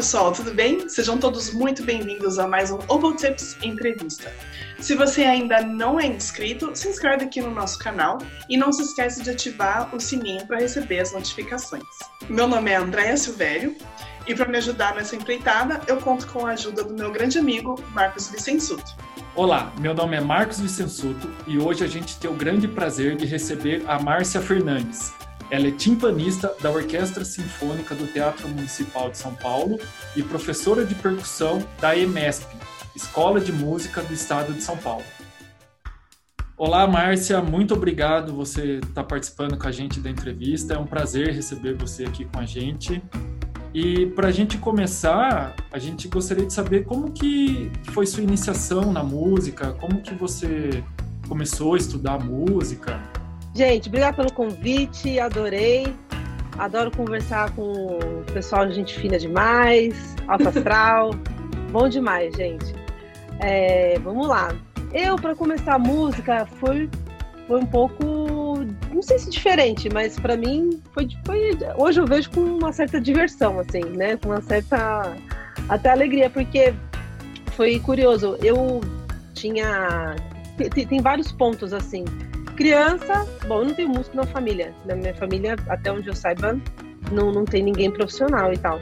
pessoal, tudo bem? Sejam todos muito bem-vindos a mais um Obotips Entrevista. Se você ainda não é inscrito, se inscreve aqui no nosso canal e não se esquece de ativar o sininho para receber as notificações. Meu nome é Andréa Silvério e para me ajudar nessa empreitada, eu conto com a ajuda do meu grande amigo, Marcos Vicensuto. Olá, meu nome é Marcos Vicensuto e hoje a gente tem o grande prazer de receber a Márcia Fernandes. Ela é timpanista da Orquestra Sinfônica do Teatro Municipal de São Paulo e professora de percussão da EMESP, Escola de Música do Estado de São Paulo. Olá, Márcia, muito obrigado por você estar participando com a gente da entrevista. É um prazer receber você aqui com a gente. E para a gente começar, a gente gostaria de saber como que foi sua iniciação na música, como que você começou a estudar música. Gente, obrigada pelo convite, adorei. Adoro conversar com o pessoal de gente fina demais, alto astral. Bom demais, gente. Vamos lá. Eu, para começar a música, foi um pouco, não sei se diferente, mas para mim foi. Hoje eu vejo com uma certa diversão, assim, né? Com uma certa até alegria, porque foi curioso. Eu tinha. Tem vários pontos, assim. Criança, bom, eu não tenho músico na família. Na minha família, até onde eu saiba, não tem ninguém profissional e tal.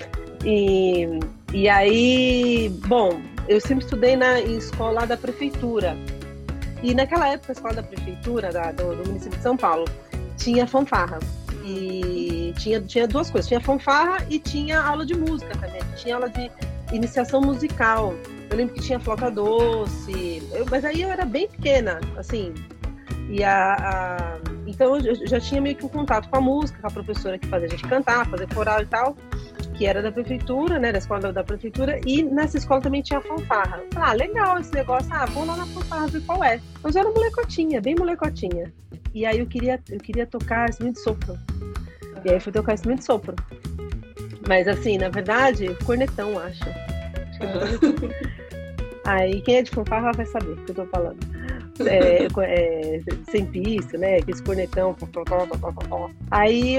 E aí, bom, eu sempre estudei em escola da prefeitura. E naquela época, a escola da prefeitura, do município de São Paulo, tinha fanfarra. E tinha duas coisas, tinha fanfarra e tinha aula de música também. Tinha aula de iniciação musical. Eu lembro que tinha flauta doce, mas aí eu era bem pequena, assim. Então eu já tinha meio que um contato com a música, com a professora que fazia a gente cantar, fazer coral e tal, que era da prefeitura, né, da escola da prefeitura, e nessa escola também tinha fanfarra. Eu falei, legal esse negócio, vou lá na fanfarra ver qual é. Mas eu era molecotinha, bem molecotinha. E aí eu queria tocar instrumento de sopro. E aí fui tocar instrumento de sopro. Mas assim, na verdade, cornetão, acho que é cornetão. Aí quem é de fanfarra vai saber o que eu tô falando. Sem pista, né? Aquele cornetão. Aí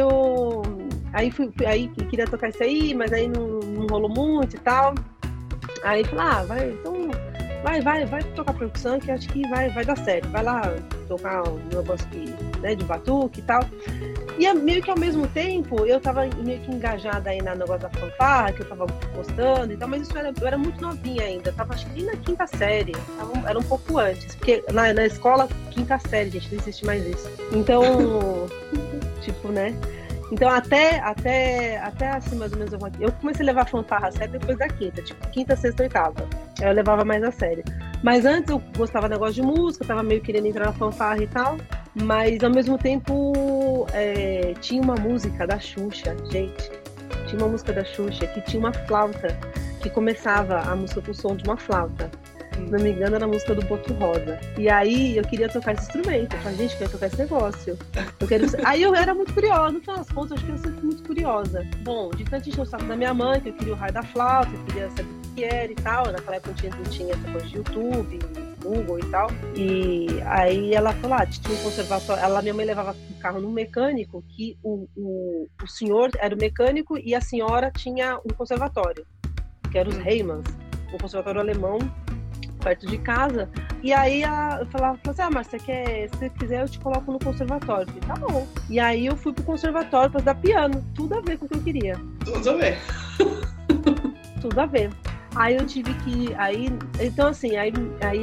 aí queria tocar isso aí, mas aí não rolou muito e tal. Aí falei, vai tocar percussão que acho que vai dar certo. Vai lá tocar um negócio de batuque e tal. E meio que ao mesmo tempo, eu tava meio que engajada aí no negócio da fanfarra, que eu tava gostando e tal, mas eu era muito novinha ainda, tava acho que nem na quinta série, era um pouco antes, porque na escola, quinta série, gente, não existe mais isso. Então, tipo, né? Então, até assim, mais ou menos, eu comecei a levar fanfarra a sério depois da quinta, tipo, quinta, sexta, oitava. Aí eu levava mais a sério. Mas antes eu gostava do negócio de música, tava meio querendo entrar na fanfarra e tal, mas ao mesmo tempo tinha uma música da Xuxa, gente. Tinha uma música da Xuxa que tinha uma flauta, que começava a música com o som de uma flauta. Se não me engano, era a música do Boto Rosa. E aí eu queria tocar esse instrumento. Eu falei, gente, eu quero tocar esse negócio. Aí eu era muito curiosa, no final das contas, acho que eu sempre fui muito curiosa. Bom, de tanto encher o saco da minha mãe, que eu queria o raio da flauta, eu queria saber o que era e tal. Naquela época não tinha essa coisa de YouTube, Google e tal. E aí ela falou, tinha um conservatório. Minha mãe levava o carro num mecânico, que o senhor era o mecânico e a senhora tinha um conservatório, que era os Reimanns, um conservatório alemão, perto de casa. E aí eu falava assim, mas se você quiser eu te coloco no conservatório. Eu falei, tá bom. E aí eu fui pro conservatório pra estudar piano, tudo a ver com o que eu queria. Tudo a ver. Tudo a ver. Aí eu tive que, então assim, aí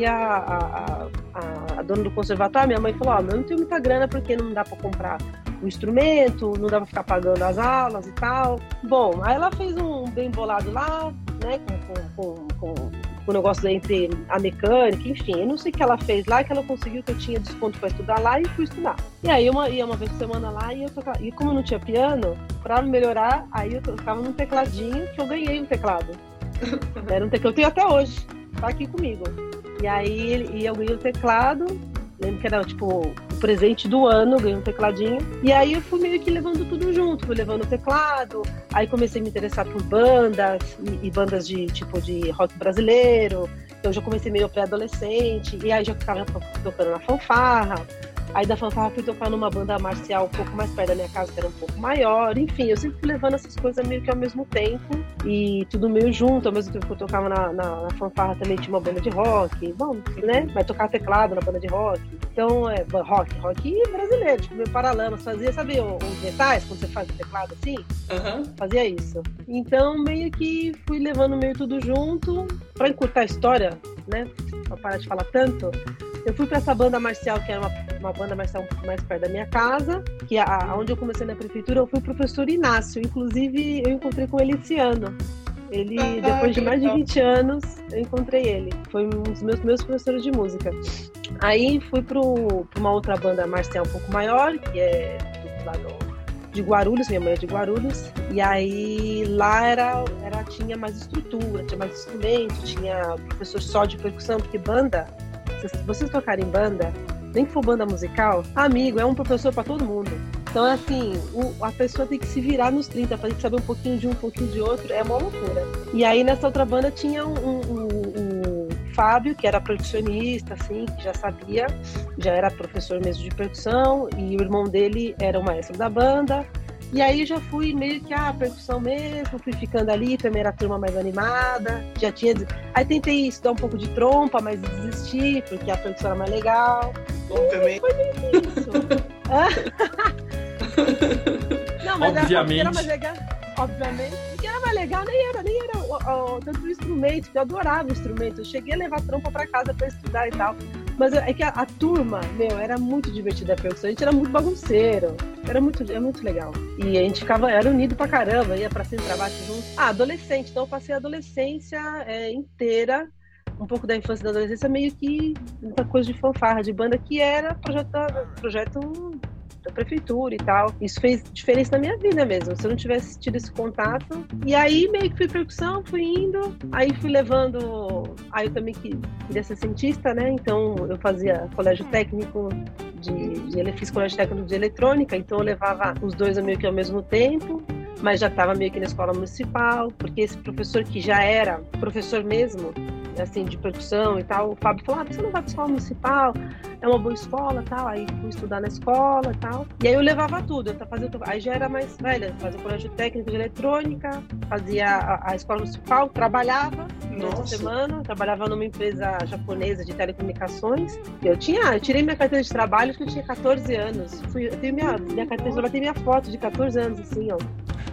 a dona do conservatório, minha mãe falou, eu não tenho muita grana porque não dá pra comprar o instrumento, não dá pra ficar pagando as aulas e tal. Bom, aí ela fez um bem bolado lá, né, com o negócio entre a mecânica, enfim, eu não sei o que ela fez lá, que ela conseguiu que eu tinha desconto para estudar lá e fui estudar. E aí eu ia uma vez por semana lá e eu tocava. E como eu não tinha piano, para melhorar, aí eu tocava num tecladinho que eu ganhei um teclado. Era um teclado que eu tenho até hoje, tá aqui comigo. E aí eu ganhei o teclado, lembro que era tipo o presente do ano, ganhei um tecladinho. E aí eu fui meio que levando tudo junto, fui levando o teclado, aí comecei a me interessar por bandas, e bandas de tipo de rock brasileiro. Eu já comecei meio pré-adolescente, e aí já ficava tocando na fanfarra. Aí da fanfarra fui tocar numa banda marcial um pouco mais perto da minha casa, que era um pouco maior. Enfim, eu sempre fui levando essas coisas meio que ao mesmo tempo. E tudo meio junto. Ao mesmo tempo que eu tocava na fanfarra também tinha uma banda de rock. Bom, né? Vai tocar teclado na banda de rock. Então, rock brasileiro. Tipo, meio Paralamas. Fazia, sabe, os metais, quando você faz o teclado assim? Fazia isso. Então, meio que fui levando meio tudo junto. Pra encurtar a história, né? Pra parar de falar tanto. Eu fui para essa banda marcial, que era uma banda marcial um pouco mais perto da minha casa, que onde eu comecei na prefeitura, eu fui o professor Inácio. Inclusive, eu encontrei com ele esse ano. Ele, depois de mais de 20 anos, eu encontrei ele. Foi um dos meus professores de música. Aí fui para uma outra banda marcial um pouco maior, que é do lado de Guarulhos, minha mãe é de Guarulhos. E aí lá tinha mais estrutura, tinha mais instrumento, tinha professor só de percussão, porque banda... Se vocês tocarem banda, nem que for banda musical, amigo, é um professor para todo mundo. Então, assim, a pessoa tem que se virar nos 30, pra gente saber um pouquinho de um pouquinho de outro, é uma loucura. E aí, nessa outra banda, tinha um Fábio, que era percussionista, assim, que já sabia, já era professor mesmo de percussão, e o irmão dele era o maestro da banda. E aí já fui meio que percussão mesmo, fui ficando ali, primeira turma mais animada, já tinha... Aí tentei estudar um pouco de trompa, mas desisti, porque a percussão era mais legal. Obviamente. Foi meio que isso. Não, mas obviamente. Era mais legal. Obviamente. O que era mais legal nem era tanto o instrumento, porque eu adorava o instrumento. Eu cheguei a levar trompa pra casa pra estudar e tal. Mas é que a turma, era muito divertida a percussão. A gente era muito bagunceiro. É muito legal. E a gente era unido pra caramba, ia pra cima e pra baixo junto. Adolescente. Então eu passei a adolescência inteira, um pouco da infância e da adolescência, meio que muita coisa de fanfarra, de banda, que era projeto da prefeitura e tal. Isso fez diferença na minha vida mesmo, se eu não tivesse tido esse contato. E aí meio que fui percussão, fui indo, aí fui levando... Aí eu também queria ser cientista, né? Então eu fazia colégio técnico fiz colégio técnico de eletrônica, então eu levava os dois meio que ao mesmo tempo, mas já estava meio que na escola municipal, porque esse professor que já era professor mesmo, assim, de percussão e tal, o Fábio falou, você não vai para a escola municipal, é uma boa escola e tal, aí fui estudar na escola e tal, e aí eu levava tudo, aí já era mais velha, fazia colégio técnico de eletrônica, fazia a escola municipal, trabalhava durante a semana, trabalhava numa empresa japonesa de telecomunicações, eu tirei minha carteira de trabalho quando eu tinha 14 anos, eu tenho minha carteira de trabalho, tem minha foto de 14 anos, assim, ó.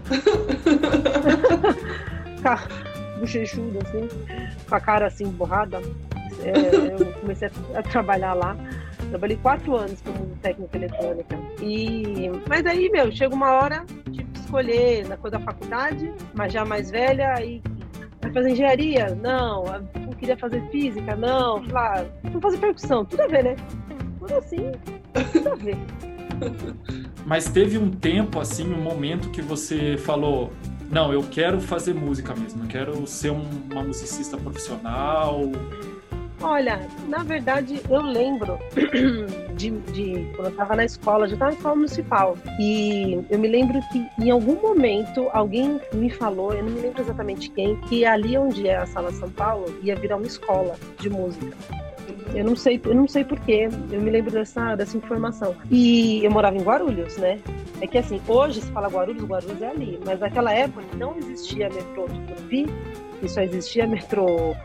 Bochechudo, assim, com a cara assim borrada. Eu comecei a trabalhar lá. Trabalhei 4 anos como técnica eletrônica. Mas aí, chega uma hora, tive que escolher na coisa da faculdade, mas já mais velha, aí vai fazer engenharia? Não. Eu queria fazer física? Não. Vou fazer percussão. Tudo a ver, né? Tudo assim, tudo a ver. Mas teve um tempo, assim, um momento que você falou... Não, eu quero fazer música mesmo, eu quero ser uma musicista profissional. Olha, na verdade, eu lembro de quando eu estava na escola, já estava na escola municipal, e eu me lembro que em algum momento alguém me falou, eu não me lembro exatamente quem, que ali onde é a Sala São Paulo ia virar uma escola de música. Eu não sei porquê, eu me lembro dessa informação. E eu morava em Guarulhos, né? É que assim, hoje se fala Guarulhos é ali, mas naquela época não existia metrô de Tupi, e só existia metrô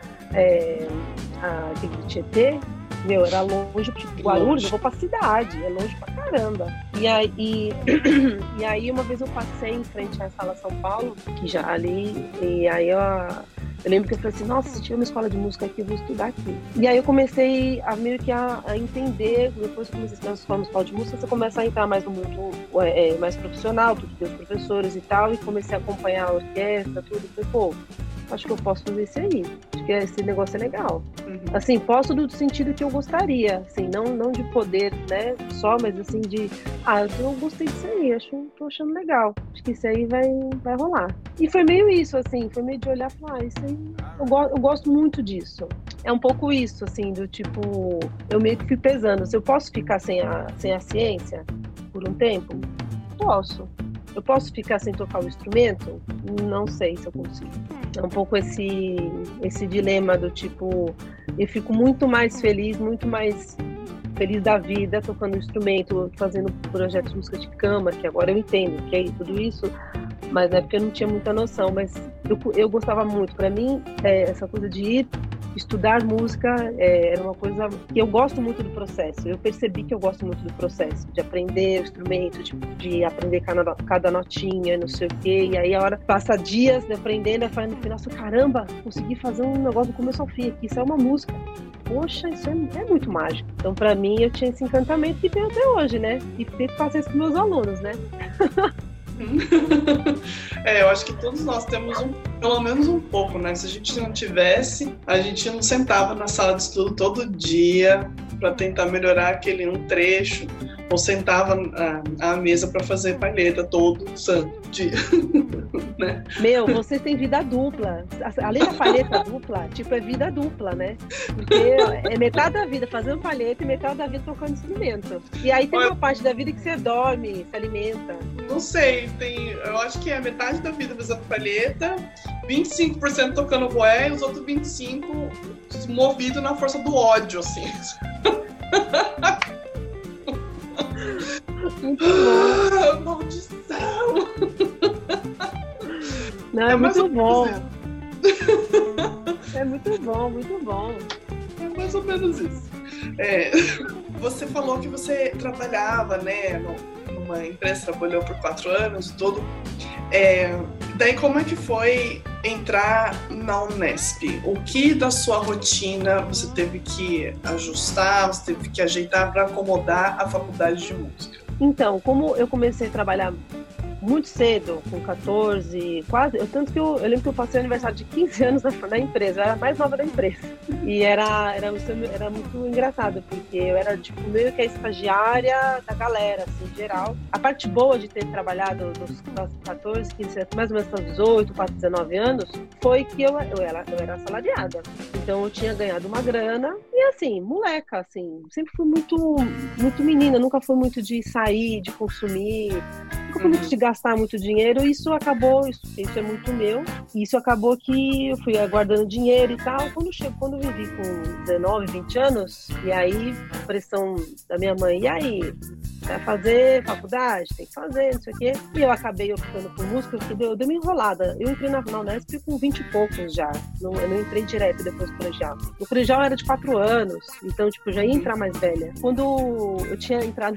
de Tietê. Era longe, tipo, Guarulhos, eu vou pra cidade, é longe pra caramba. E aí uma vez eu passei em frente à Sala São Paulo, que já ali, e aí eu lembro que eu falei assim, nossa, se tiver uma escola de música aqui, eu vou estudar aqui. E aí eu comecei a meio que a entender, depois que eu comecei a estudar na escola municipal de música, você começa a entrar mais no mundo mais profissional, porque tem os professores e tal, e comecei a acompanhar a orquestra, tudo, e falei, pô, acho que eu posso fazer isso aí, acho que esse negócio é legal. Assim, posso do sentido que eu gostaria, assim, não de poder, né, só, mas assim eu gostei disso aí, tô achando legal, acho que isso aí vai rolar. E foi meio isso, assim, foi meio de olhar e falar, isso aí, eu gosto muito disso. É um pouco isso, assim, do tipo, eu meio que fui pesando, se eu posso ficar sem a ciência por um tempo, posso. Eu posso ficar sem tocar o instrumento? Não sei se eu consigo. É um pouco esse dilema do tipo, eu fico muito mais feliz da vida, tocando instrumento, fazendo projetos de música de câmara, que agora eu entendo que é tudo isso, mas na época eu não tinha muita noção, mas eu gostava muito. Para mim, essa coisa de ir estudar música era uma coisa que eu gosto muito do processo. Eu percebi que eu gosto muito do processo, de aprender o instrumento, de aprender cada notinha, não sei o quê. E aí a hora passa dias aprendendo, e falando no final, caramba, consegui fazer um negócio do começo ao fim aqui, isso é uma música. Poxa, isso é muito mágico. Então, para mim, eu tinha esse encantamento que tem até hoje, né? E tento fazer isso com meus alunos, né? Eu acho que todos nós temos pelo menos um pouco, né? Se a gente não tivesse, a gente não sentava na sala de estudo todo dia para tentar melhorar aquele um trecho, ou sentava à mesa para fazer palheta todo santo dia, né? Meu, vocês têm vida dupla. Além da palheta dupla, tipo, é vida dupla, né? Porque é metade da vida fazendo palheta e metade da vida tocando instrumento. E aí tem uma parte da vida que você dorme, se alimenta. Não sei, eu acho que é metade da vida fazendo palheta, 25% tocando boé e os outros 25% movido na força do ódio, assim. Muito bom. Maldição! Não, é muito bom. É muito bom, muito bom. É mais ou menos isso. Você falou que você trabalhava, né, numa empresa, trabalhou por 4 anos e tudo. Daí como é que foi entrar na Unesp? O que da sua rotina você teve que ajustar, você teve que ajeitar para acomodar a faculdade de música? Então, como eu comecei a trabalhar muito cedo, com 14, quase, tanto que eu lembro que eu passei o aniversário de 15 anos na empresa, eu era a mais nova da empresa. E era muito engraçado, porque eu era tipo meio que a estagiária da galera, assim, em geral. A parte boa de ter trabalhado dos 14, 15, mais ou menos aos 18, 19 anos, foi que eu era assalariada. Então eu tinha ganhado uma grana e assim, moleca, assim, sempre fui muito, muito menina, nunca fui muito de sair, de consumir, nunca fui muito de gastar muito dinheiro. Isso é muito meu. E isso acabou que eu fui guardando dinheiro e tal. Quando eu vivi com 19, 20 anos, e aí, pressão da minha mãe, e aí? Vai fazer faculdade? Tem que fazer, não sei o quê. E eu acabei optando por música, porque deu uma enrolada. Eu entrei na Unesp com 20 e poucos já. Eu não entrei direto depois do colegial. O colegial era de 4 anos, então, tipo, já ia entrar mais velha. Quando eu tinha entrado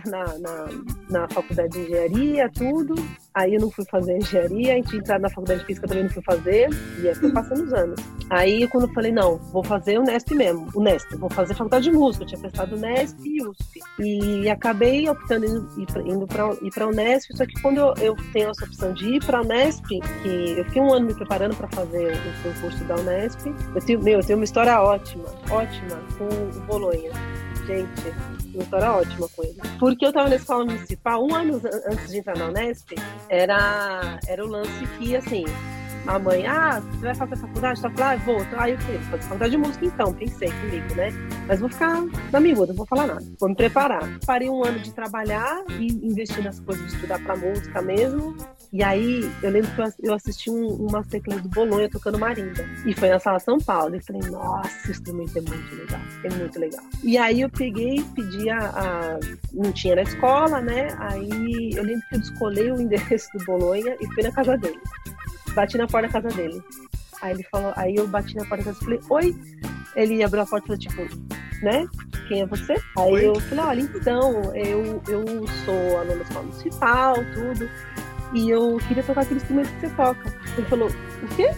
na faculdade de engenharia, tudo, aí eu não fui fazer engenharia, a gente entrado na faculdade de física também não fui fazer, e aí foi passando os anos. Aí, quando eu falei, não, vou fazer Unesp mesmo, vou fazer faculdade de música, eu tinha prestado Unesp e USP. E acabei optando indo para Unesp, só que quando eu tenho essa opção de ir para Unesp, que eu fiquei um ano me preparando para fazer o concurso da Unesp, eu tenho uma história ótima com o Bolonha. Gente, uma história ótima com ele. Porque eu estava na escola municipal, um ano antes de entrar na Unesp, era o lance que, assim, a mãe, você vai fazer faculdade? Tá lá, vou. Aí eu falei, vou fazer faculdade de música então, pensei comigo, né? Mas vou ficar na miúda, não vou falar nada. Vou me preparar. Parei um ano de trabalhar e investir nas coisas de estudar pra música mesmo. E aí, eu lembro que eu assisti umas teclas do Bolonha tocando marimba. E foi na Sala São Paulo. E falei, nossa, o instrumento é muito legal. É muito legal. E aí eu peguei, pedi não tinha na escola, né? Aí eu lembro que eu descolei o endereço do Bolonha e fui na casa dele. Bati na porta da casa dele. Aí ele falou, aí eu bati na porta da casa dele e falei, oi. Ele abriu a porta e falou, tipo, né? Quem é você? Aí Oi. eu falei, olha, então, eu sou aluna da escola municipal, tudo. E eu queria tocar aquele instrumento que você toca. Ele falou, o quê?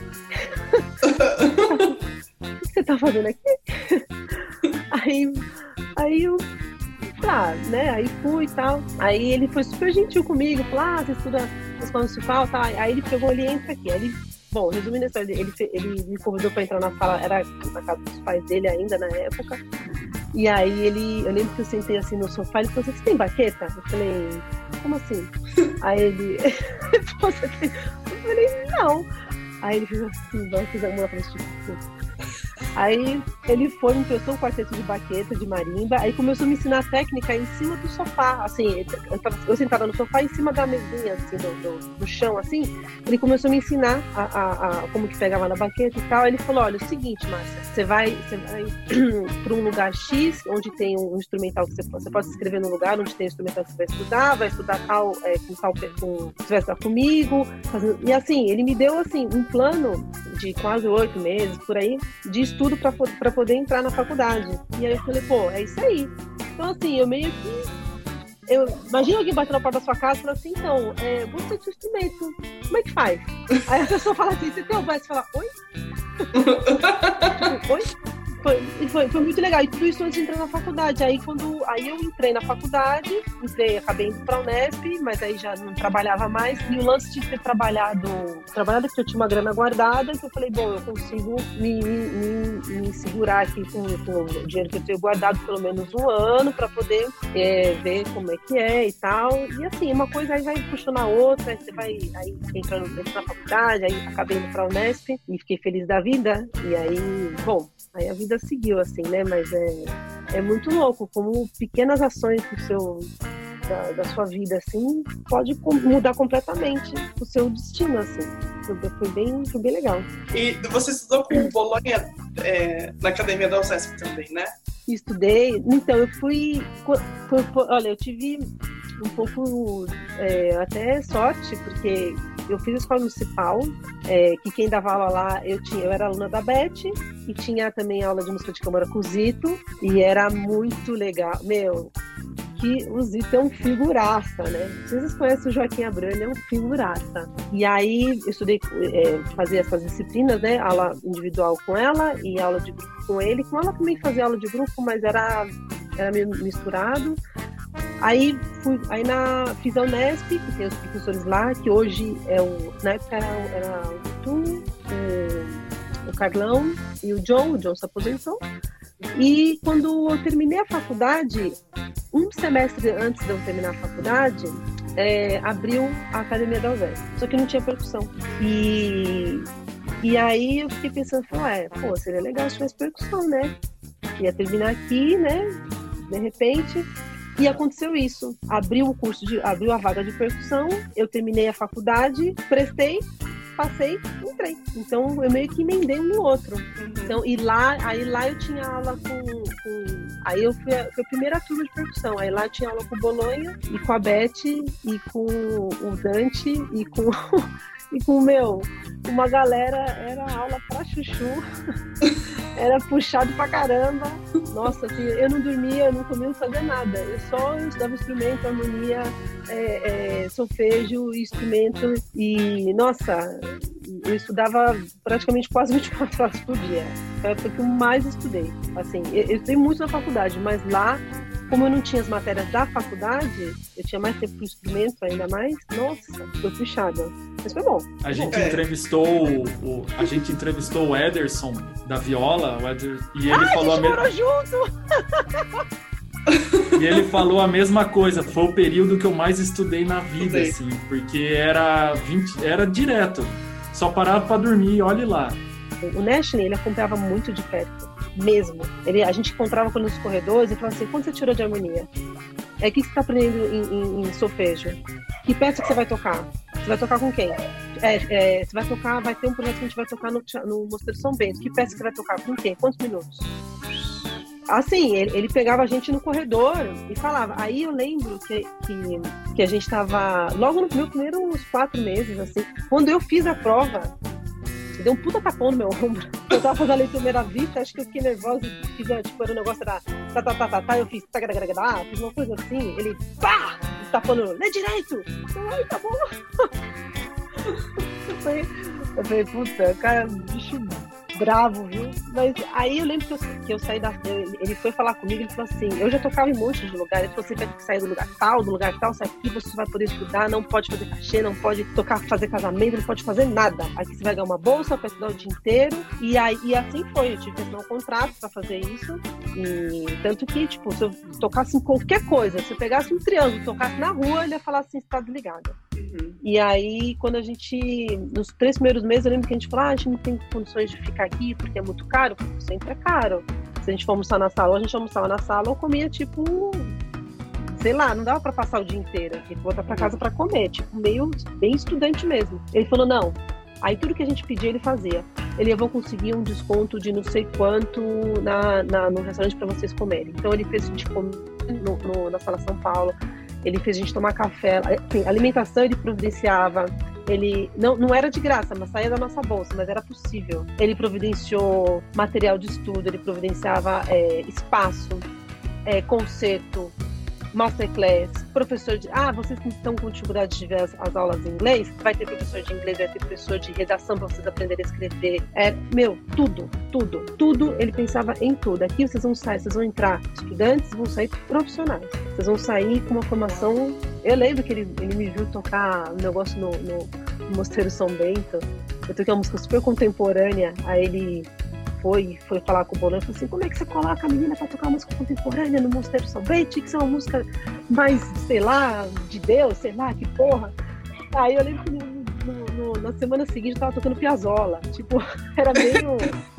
O que você tá fazendo aqui? Aí eu, né? Aí fui e tal. Aí ele foi super gentil comigo. Falou, você estuda na escola municipal, tá? Aí ele pegou ali, entra aqui. Aí bom, resumindo a história, ele me convidou pra entrar na sala, era na casa dos pais dele ainda na época. E aí eu lembro que eu sentei assim no sofá, ele falou, você tem baqueta? Eu falei, como assim? Aí ele, você tem? Eu falei, não. Aí ele fez assim, vai fazer uma frente, tipo, Aí ele foi, me prestou um quarteto de baqueta, de marimba, aí começou a me ensinar a técnica em cima do sofá, assim, eu sentada no sofá, em cima da mesinha, assim, do chão, assim, ele começou a me ensinar a como que pegava na baqueta e tal. Aí ele falou, olha, é o seguinte, Márcia, você vai para um lugar X, onde tem um instrumental que você pode se inscrever no lugar onde tem um instrumental que você vai estudar tal, você vai estudar comigo, e assim, ele me deu, assim, um plano de quase 8 meses, por aí, de estudo para poder entrar na faculdade. E aí eu falei, pô, é isso aí. Então, assim, eu meio que... imagina alguém bater na porta da sua casa e falar assim, então, você tem instrumento, como é que faz? Aí a pessoa fala assim, você tem um você fala, oi? Tipo, oi? Foi muito legal. E tudo isso antes de entrar na faculdade. Aí eu entrei na faculdade, acabei indo para a Unesp, mas aí já não trabalhava mais. E o lance de ter trabalhado porque eu tinha uma grana guardada, então eu falei, bom, eu consigo me segurar aqui com o dinheiro que eu tenho guardado pelo menos um ano para poder ver como é que é e tal. E assim, uma coisa aí vai puxando a outra, aí você vai entrando na faculdade, aí acabei indo para a Unesp e fiquei feliz da vida. E aí, bom, aí a vida seguiu, assim, né? Mas é muito louco como pequenas ações da sua vida, assim, pode mudar completamente o seu destino, assim. Foi bem legal. E você estudou com o Bolonha na Academia da UCESP também, né? Estudei. Então, eu olha, eu tive um pouco até sorte, porque eu fiz a escola municipal, que quem dava aula lá, eu era aluna da Beth, e tinha também aula de música de câmara com o Zito, e era muito legal. Meu, que o Zito é um figuraça, né? Vocês conhecem o Joaquim Abreu, ele é um figuraça. E aí eu estudei, fazia essas disciplinas, né? Aula individual com ela e aula de grupo com ele. Com ela também fazia aula de grupo, mas era meio misturado. Aí fiz a Unesp, que tem os professores lá, que hoje na época era o Carlão e o John se aposentou. E quando eu terminei a faculdade, um semestre antes de eu terminar a faculdade, abriu a Academia da USESP, só que não tinha percussão. E aí eu fiquei pensando, pô, seria legal se tivesse percussão, né? Ia terminar aqui, né? De repente... E aconteceu isso. Abriu a vaga de percussão, eu terminei a faculdade, prestei, passei, entrei. Então eu meio que emendei um no outro. Então, aí lá eu tinha aula aí eu fui a primeira turma de percussão. Aí lá eu tinha aula com o Bolonha, e com a Beth, e com o Dante, e com uma galera, era aula pra chuchu. Era puxado pra caramba. Nossa, assim, eu não dormia, eu não comia, não fazia nada. Eu só estudava instrumento, harmonia, solfejo, instrumento. E, nossa, eu estudava praticamente quase 24 horas por dia. Foi a época que eu mais estudei. Assim, eu estudei muito na faculdade, mas lá, como eu não tinha as matérias da faculdade, eu tinha mais tempo pro instrumento, ainda mais. Nossa, foi puxada. Mas foi bom. A gente entrevistou o Ederson da viola, e ele falou junto! E ele falou a mesma coisa. Foi o período que eu mais estudei na vida, assim, porque era direto. Só parava pra dormir, olhe lá. O National, ele acompanhava muito de perto, mesmo. A gente encontrava nos corredores e falava assim, quando você tirou de harmonia? O que você está aprendendo em solfejo? Que peça que você vai tocar? Você vai tocar com quem? Você vai tocar, vai ter um projeto que a gente vai tocar no Mosteiro São Bento. Que peça que você vai tocar? Com quem? Quantos minutos? Assim, ele pegava a gente no corredor e falava. Aí eu lembro que a gente estava logo no meu primeiros 4 meses, assim, quando eu fiz a prova, deu um puta tapão no meu ombro. Eu tava fazendo a leitura à vista, acho que eu fiquei nervosa, fiz, era um negócio da eu fiz fiz uma coisa assim, ele pá, tapando, lê direito! Ai, tá bom. Eu falei, puta, cara, bicho bravo, viu? Mas aí eu lembro que eu saí ele foi falar comigo, ele falou assim, eu já tocava em um monte de lugar, ele falou, você vai ter que sair do lugar tal, sai aqui, você vai poder estudar, não pode fazer cachê, não pode tocar, fazer casamento, não pode fazer nada. Aqui você vai ganhar uma bolsa, vai estudar o dia inteiro, e assim foi, eu tive que assinar um contrato pra fazer isso, e tanto que, tipo, se eu tocasse em qualquer coisa, se eu pegasse um triângulo, tocasse na rua, ele ia falar assim, você tá desligada. Uhum. E aí, quando a gente, nos 3 primeiros meses, eu lembro que a gente falou, a gente não tem condições de ficar aqui porque é muito caro, porque sempre é caro. Se a gente for almoçar na sala, ou a gente almoçava na sala ou comia, tipo, sei lá, não dava pra passar o dia inteiro, tinha que voltar pra casa pra comer, tipo, meio bem estudante mesmo. Ele falou, não. Aí tudo que a gente pedia, ele fazia. Eu vou conseguir um desconto de não sei quanto no restaurante para vocês comerem. Então ele fez a gente comer na Sala São Paulo, ele fez a gente tomar café, enfim, alimentação ele providenciava. Ele não era de graça, mas saía da nossa bolsa, mas era possível. Ele providenciou material de estudo, ele providenciava espaço, concerto, masterclass, professor de... vocês estão com dificuldade de ver as aulas em inglês? Vai ter professor de inglês, vai ter professor de redação para vocês aprenderem a escrever. Tudo. Ele pensava em tudo. Aqui vocês vão sair, vocês vão entrar estudantes, vão sair profissionais. Vocês vão sair com uma formação... Eu lembro que ele me viu tocar um negócio no Mosteiro São Bento. Eu toquei uma música super contemporânea, aí ele... Foi falar com o Bolão e falou assim, como é que você coloca a menina pra tocar música contemporânea no Mosteiro São Bento? Tinha que ser uma música mais, sei lá, de Deus, sei lá, que porra. Aí eu lembro que na semana seguinte eu tava tocando Piazzolla. Tipo, era meio...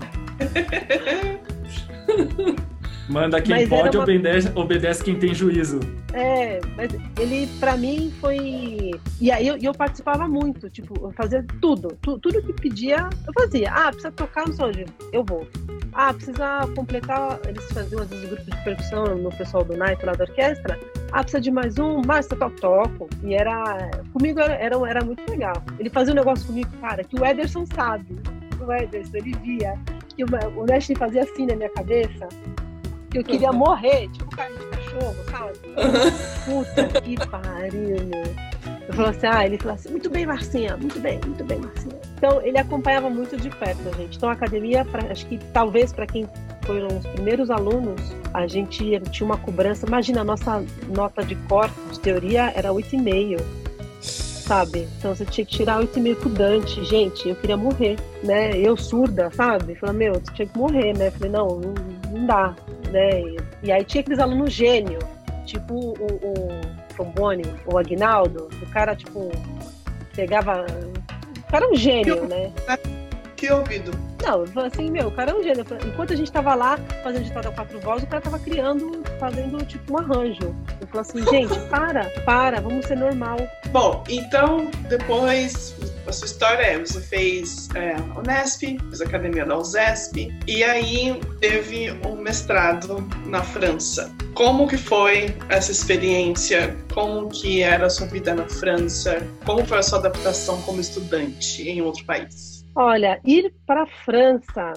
Manda quem pode, obedece quem tem juízo. Mas ele, pra mim, foi... E aí eu participava muito, tipo, eu fazia tudo que pedia, eu fazia. Precisa tocar no som, eu vou. Precisa completar, eles faziam às vezes grupo de percussão no pessoal do Night lá da orquestra. Precisa de mais um, mas eu toco. E comigo era muito legal. Ele fazia um negócio comigo, cara, que o Ederson sabe. O Ederson, ele via que o Nash fazia assim na minha cabeça, que eu queria morrer, tipo carne de cachorro, sabe? Puta que pariu, meu. Eu falei assim, ele falou assim, muito bem, Marcinha. Então, ele acompanhava muito de perto a gente. Então, a academia, acho que talvez para quem foram os primeiros alunos, a gente tinha uma cobrança. Imagina, a nossa nota de corte, de teoria, era 8,5, sabe? Então, você tinha que tirar 8,5 com o Dante. Gente, eu queria morrer, né? Eu surda, sabe? Falei, você tinha que morrer, né? Falei, não dá, né? E aí tinha aqueles alunos gênio, tipo o trombone, o Aguinaldo, o cara, tipo, pegava... O cara é um gênio, né? Que ouvido? Não, eu falei assim, o cara é um gênio. Enquanto a gente tava lá fazendo ditado a 4 vozes, o cara tava fazendo tipo um arranjo. Eu falei assim, gente, para, vamos ser normal. Bom, então, depois, a sua história você fez a Unesp, fez a Academia da USESP, e aí teve um mestrado na França. Como que foi essa experiência? Como que era a sua vida na França? Como foi a sua adaptação como estudante em outro país? Olha, ir para a França,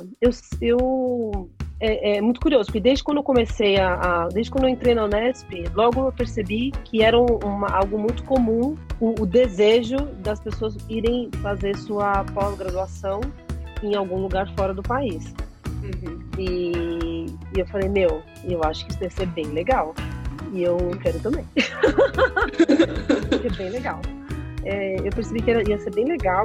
é muito curioso, porque desde quando eu comecei desde quando eu entrei na Unesp, logo eu percebi que era algo muito comum o desejo das pessoas irem fazer sua pós-graduação em algum lugar fora do país. Uhum. E eu falei, eu acho que isso deve ser bem legal. E eu quero também. É bem legal. Eu percebi que ia ser bem legal.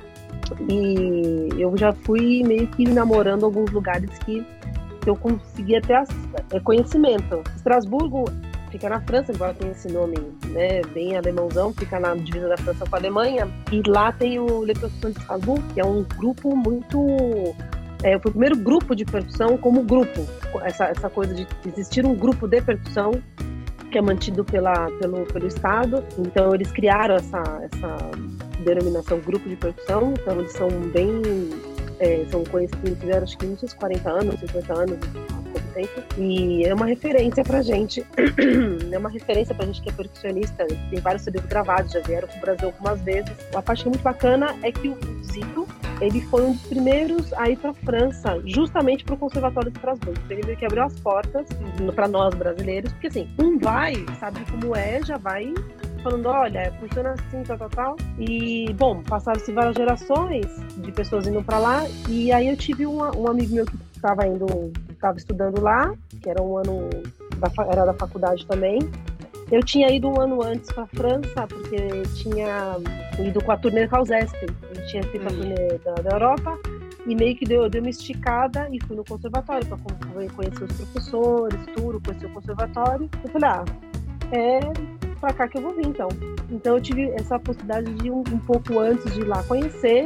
E eu já fui meio que namorando alguns lugares que eu conseguia ter conhecimento. Estrasburgo fica na França, embora tenha esse nome, né, bem alemãozão, fica na divisa da França com a Alemanha. E lá tem o Le Percussion de Strasbourg, que é um grupo muito... foi o primeiro grupo de percussão como grupo. Essa coisa de existir um grupo de percussão que é mantido pelo Estado. Então, eles criaram essa denominação grupo de percussão. Então, eles são bem... são conhecidos, fizeram acho que uns 40 anos, 50 anos, há pouco tempo. E é uma referência pra gente. É uma referência pra gente que é percussionista. Tem vários CDs gravados, já vieram pro Brasil algumas vezes. A parte que é muito bacana é que o Zito, ele foi um dos primeiros a ir pra França, justamente pro Conservatório de Estrasburgo. Ele meio que abriu as portas pra nós brasileiros, porque assim, sabe como já vai falando, olha, funciona assim, tal. E, bom, passaram-se várias gerações de pessoas indo pra lá, e aí eu tive um amigo meu que estava estudando lá, que era um ano, era da faculdade também. Eu tinha ido um ano antes pra França, porque tinha ido com a turnê Causesp. Eu tinha feito a turnê da Europa, e meio que deu uma esticada e fui no conservatório para conhecer os professores, tudo, conhecer o conservatório. Eu falei, pra cá que eu vou vir, então. Então eu tive essa possibilidade de um pouco antes de ir lá conhecer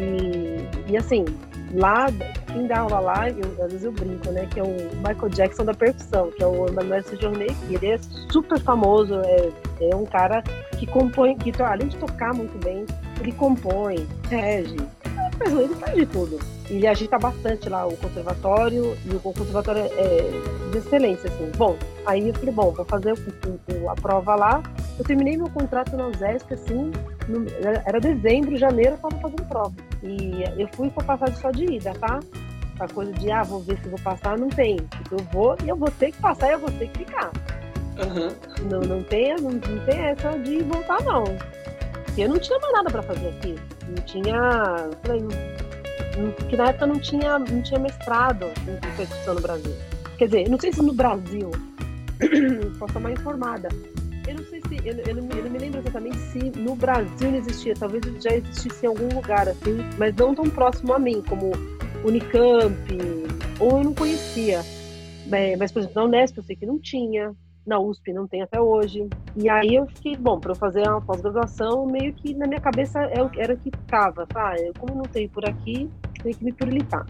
e assim, lá, quem dá aula lá, às vezes eu brinco, né, que é o Michael Jackson da percussão, que é o Emmanuel Sejourné, que ele é super famoso, é um cara que compõe, que além de tocar muito bem, ele compõe, rege, ele faz de tudo. Ele agita bastante lá o conservatório, e o conservatório é de excelência, assim. Bom, aí eu falei, vou fazer a prova lá. Eu terminei meu contrato na USESP, assim, era dezembro, janeiro, eu tava fazendo prova. E eu fui com a passagem só de ida, tá? A coisa de, vou ver se vou passar, não tem. Eu vou e eu vou ter que passar e eu vou ter que ficar. Uhum. Não tem essa de voltar, não. Porque eu não tinha mais nada pra fazer aqui. Não tinha... Porque na época não tinha mestrado em percussão no Brasil. Quer dizer, eu não sei se no Brasil, posso estar mais informada. Eu não sei se, eu não me lembro exatamente se no Brasil não existia, talvez já existisse em algum lugar assim, mas não tão próximo a mim, como Unicamp, ou eu não conhecia. Mas, por exemplo, na Unesp eu sei que não tinha, na USP não tem até hoje. E aí eu fiquei, para eu fazer uma pós-graduação, meio que na minha cabeça era o que ficava. Como não tenho por aqui, tenho que me purificar.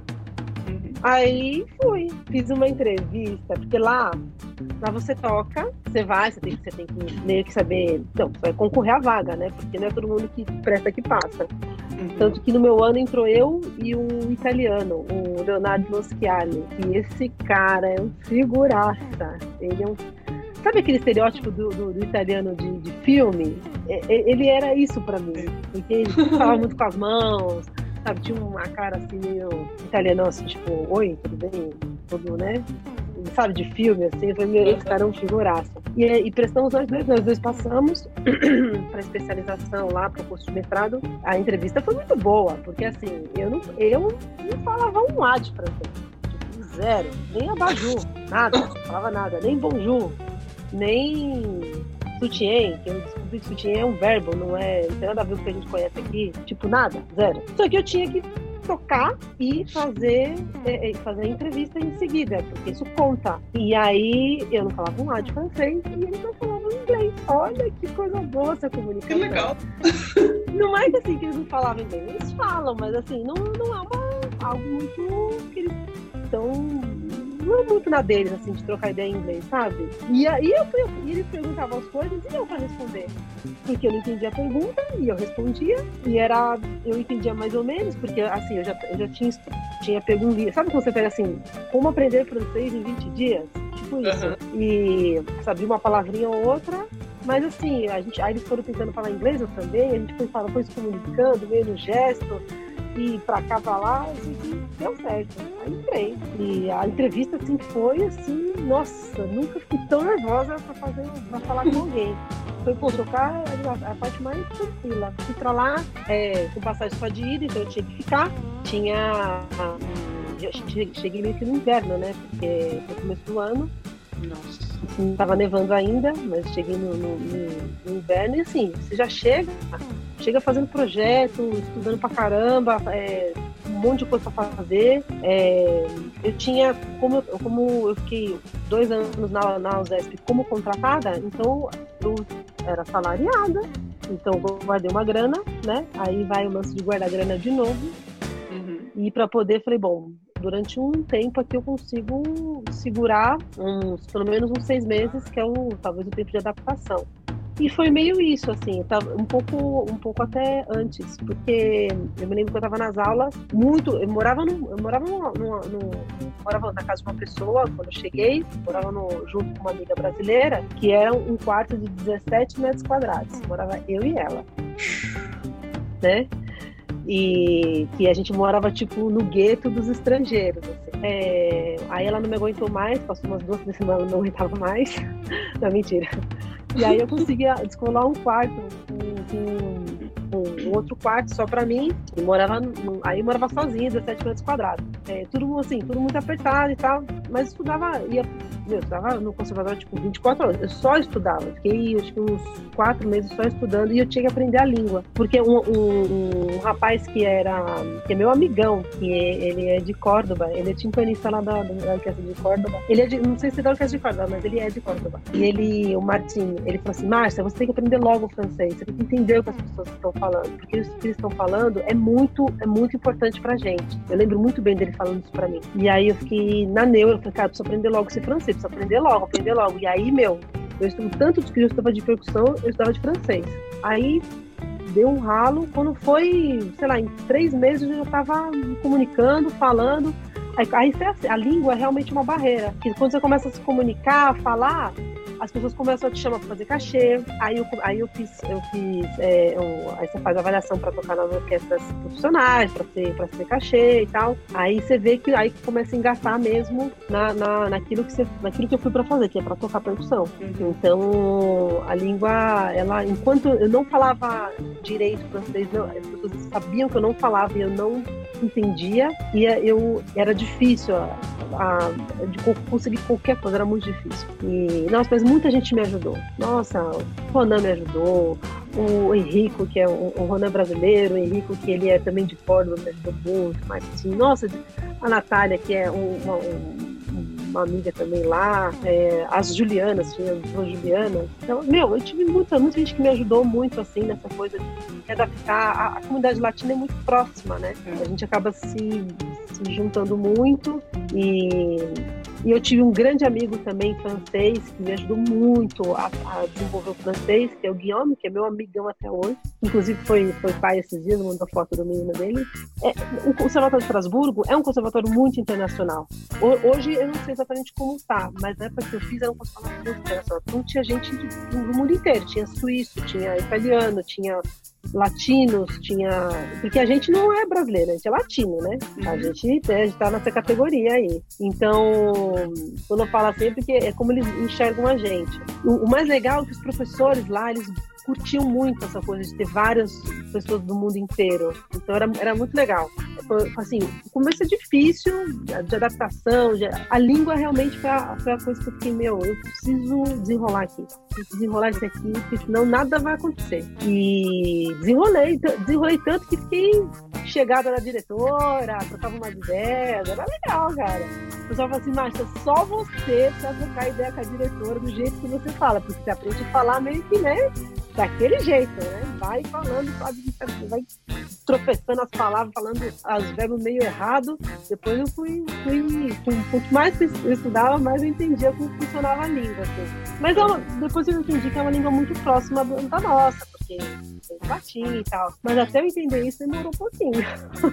Aí fiz uma entrevista, porque lá você toca, você tem que meio que saber, você vai concorrer à vaga, né? Porque não é todo mundo que presta que passa. Tanto que no meu ano entrou eu e um italiano, o Leonardo Moschiali. E esse cara é um figuraça. Ele é um... Sabe aquele estereótipo do italiano de filme? Ele era isso pra mim. Porque ele falava muito com as mãos, sabe? Tinha uma cara assim meio italiano, assim, tipo, oi, tudo bem? Tudo, né? Sabe, de filme, assim. Eu falei, esse cara é um figuraça. E prestamos nós dois passamos para especialização lá, para o curso de mestrado. A entrevista foi muito boa, porque assim, eu não falava um A de francês. Tipo, zero. Nem abajur, nada. Não falava nada. Nem bonjour, nem soutien, que eu descobri que soutien é um verbo, não tem nada a ver com o que a gente conhece aqui. Tipo, nada, zero. Só que eu tinha que tocar e fazer a entrevista em seguida, porque isso conta. E aí eu não falava um A de francês e eles não falavam inglês. Olha que coisa boa essa comunicação. Que legal. Não é que assim que eles não falavam inglês, eles falam, mas assim, não é algo muito que eles estão... Não é muito na deles, assim, de trocar ideia em inglês, sabe? E aí ele perguntava as coisas e eu pra responder. Porque eu não entendia a pergunta e eu respondia. E eu entendia mais ou menos, porque assim, eu já tinha pego um livro. Sabe quando você pega assim, como aprender francês em 20 dias? Tipo isso. Uhum. E sabia uma palavrinha ou outra. Mas assim, aí eles foram tentando falar inglês, eu também. A gente foi se comunicando, meio no gesto. E pra cá, pra lá, assim, deu certo. Aí entrei. E a entrevista, assim, foi assim, nossa, nunca fiquei tão nervosa pra falar com alguém. Foi, tocar a parte mais tranquila. Fui pra lá, com passagem só de ida, então eu tinha que ficar. Cheguei meio que no inverno, né? Porque foi começo do ano. Nossa. Assim, tava nevando ainda, mas cheguei no inverno e assim, você já chega fazendo projeto, estudando pra caramba, um monte de coisa pra fazer. Eu tinha, como eu fiquei 2 anos na USESP como contratada, então eu era salariada, então eu guardei uma grana, né? Aí vai o lance de guardar grana de novo. Uhum. E para poder, falei, durante um tempo aqui eu consigo segurar pelo menos uns 6 meses, que é talvez o tempo de adaptação. E foi meio isso, assim, tava um pouco até antes, porque eu me lembro que eu estava nas aulas, eu morava na casa de uma pessoa quando eu cheguei, morava junto com uma amiga brasileira, que era um quarto de 17 metros quadrados, morava eu e ela, né? E que a gente morava tipo no gueto dos estrangeiros, assim. Aí ela não me aguentou mais, passou umas 2 semanas, ela não aguentava mais. Não, mentira. E aí eu consegui descolar um quarto, um outro quarto só pra mim, e morava sozinha, 17 metros quadrados. tudo assim, tudo muito apertado e tal, mas estudava no conservatório tipo 24 horas, eu só estudava, fiquei acho que uns 4 meses só estudando e eu tinha que aprender a língua, porque um rapaz que é meu amigão, que ele é de Córdoba, ele é timpanista lá da orquestra de Córdoba, não sei se é da orquestra de Córdoba, mas ele é de Córdoba, e o Martim, ele falou assim, Márcia, você tem que aprender logo o francês, você tem que entender o que as pessoas estão falando, porque o que eles estão falando é muito importante pra gente. Eu lembro muito bem dele falando isso pra mim. E aí eu fiquei na neura, eu falei, cara, eu preciso aprender logo esse francês, preciso aprender logo. E aí, eu estudo tanto que eu estudava de percussão, eu estudava de francês. Aí deu um ralo, quando foi, sei lá, em 3 meses eu já estava me comunicando, falando. Aí a língua é realmente uma barreira. Porque quando você começa a se comunicar, a falar, as pessoas começam a te chamar para fazer cachê. Aí eu fiz aí você faz avaliação para tocar nas orquestras profissionais, para ser cachê e tal. Aí você vê que aí começa a engatar mesmo naquilo que eu fui para fazer, que é para tocar percussão. Então a língua, ela, enquanto eu não falava direito francês, as pessoas sabiam que eu não falava e eu não entendia, e era difícil de conseguir qualquer coisa, era muito difícil. E, nossa, mas muita gente me ajudou. Nossa, o Ronan me ajudou, o Henrico, que é o Ronan brasileiro, o Henrico, que ele é também de Córdoba, me ajudou muito, mas assim, nossa, a Natália, que é uma amiga também lá, as Julianas, tinha duas Julianas. Então, eu tive muita gente que me ajudou muito, assim, nessa coisa de adaptar. A comunidade latina é muito próxima, né? A gente acaba se juntando muito e eu tive um grande amigo também francês que me ajudou muito a desenvolver o francês, que é o Guillaume, que é meu amigão até hoje. Inclusive foi pai esses dias, mandou foto do menino dele. O Conservatório de Estrasburgo é um conservatório muito internacional. Hoje eu não sei exatamente como tá, mas na época que eu fiz era um conservatório muito internacional. Então tinha gente do mundo inteiro, tinha suíço, tinha italiano, tinha latinos, porque a gente não é brasileiro, a gente é latino, né? A gente tá nessa categoria aí. Então, quando eu falo assim, é porque é como eles enxergam a gente. O mais legal é que os professores lá, eles curtiam muito essa coisa de ter várias pessoas do mundo inteiro. Então era muito legal. Assim, o começo é difícil, de adaptação, a língua realmente foi a coisa que eu fiquei, eu preciso desenrolar aqui. Desenrolar isso aqui, porque senão nada vai acontecer. E desenrolei tanto que fiquei chegada na diretora, trocava umas ideias, era legal, cara. O pessoal fala assim, Márcia, só você pra trocar ideia com a diretora do jeito que você fala, porque você aprende a falar meio que, né, daquele jeito, né? Vai falando, vai tropeçando as palavras, falando os verbos meio errado. Depois eu fui quanto mais eu estudava, mais eu entendia como funcionava a língua, assim. Mas depois eu entendi que é uma língua muito próxima da nossa, porque tem latim e tal. Mas até eu entender isso demorou um pouquinho.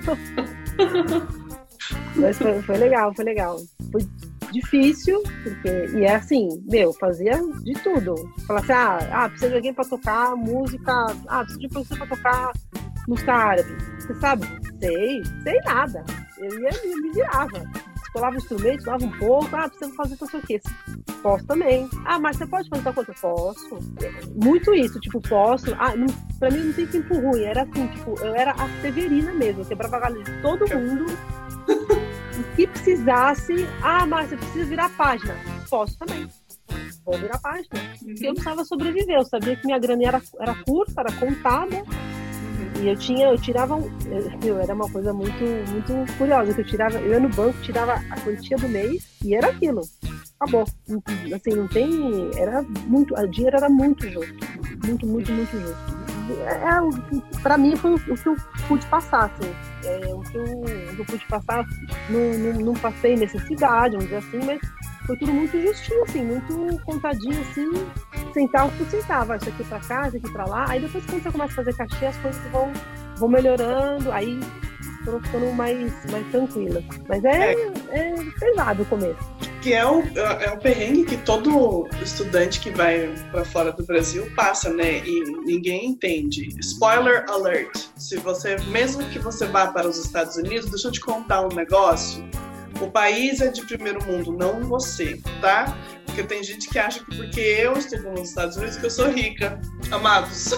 Mas foi legal. Foi difícil, e é assim, fazia de tudo. Falava assim, precisa de alguém pra tocar música, precisa de um professor pra tocar música árabe. Você sabe? Sei nada. Eu ia me virava. Escolava o instrumento, estudava um pouco, precisa fazer não sei o quê. Posso também. Mas você pode fazer tal coisa? Posso. Muito isso, posso. Pra mim não tem tempo ruim, era assim, eu era a Severina mesmo, eu quebrava a galera de todo mundo. O que precisasse, Márcia, precisa virar a página. Posso também. Vou virar a página. Porque eu precisava sobreviver. Eu sabia que minha grana era curta, era contada. E eu tirava. Era uma coisa muito, muito curiosa. Que eu ia no banco, tirava a quantia do mês e era aquilo. Acabou. Assim, não tem. O dinheiro era muito justo. Muito, muito, muito justo. Pra mim foi o que eu pude passar, assim. O que eu pude passar, não passei necessidade, vamos dizer assim, mas foi tudo muito justinho, assim, muito contadinho, assim, centavo por centavo, isso aqui pra cá, isso aqui pra lá. Aí depois, quando você começa a fazer cachê, as coisas vão melhorando, aí foram ficando mais tranquilas. Mas é pesado o começo. Que é o perrengue que todo estudante que vai para fora do Brasil passa, né? E ninguém entende. Spoiler alert! Mesmo que você vá para os Estados Unidos, deixa eu te contar um negócio. O país é de primeiro mundo, não você, tá? Porque porque tem gente que acha que porque eu estou nos Estados Unidos que eu sou rica. Amados.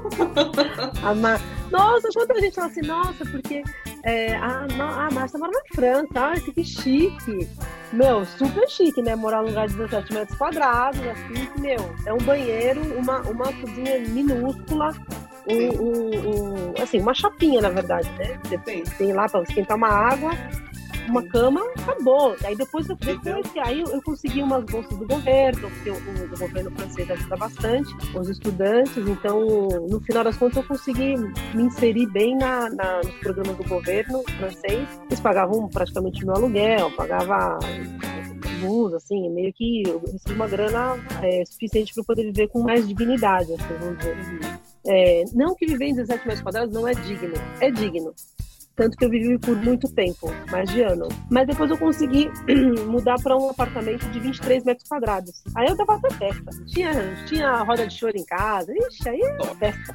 Nossa, quanta gente fala assim, nossa, porque a Márcia mora na França, ai, que chique. Meu, super chique, né? Morar num lugar de 17 metros quadrados, assim, meu, é um banheiro, uma cozinha minúscula, assim, uma chapinha, na verdade, né? Você tem lá para esquentar uma água, uma cama, acabou. Aí depois aí eu consegui umas bolsas do governo, porque o governo francês ajuda bastante os estudantes, então no final das contas eu consegui me inserir bem nos programas do governo francês. Eles pagavam praticamente meu aluguel, pagava luz, assim, meio que eu recebi uma grana suficiente para poder viver com mais dignidade, assim, vamos dizer. Não que viver em 17 metros quadrados não é digno, é digno. Tanto que eu vivi por muito tempo, mais de ano. Mas depois eu consegui mudar para um apartamento de 23 metros quadrados. Aí eu dava até festa. Tinha roda de choro em casa. Ixi, aí é festa.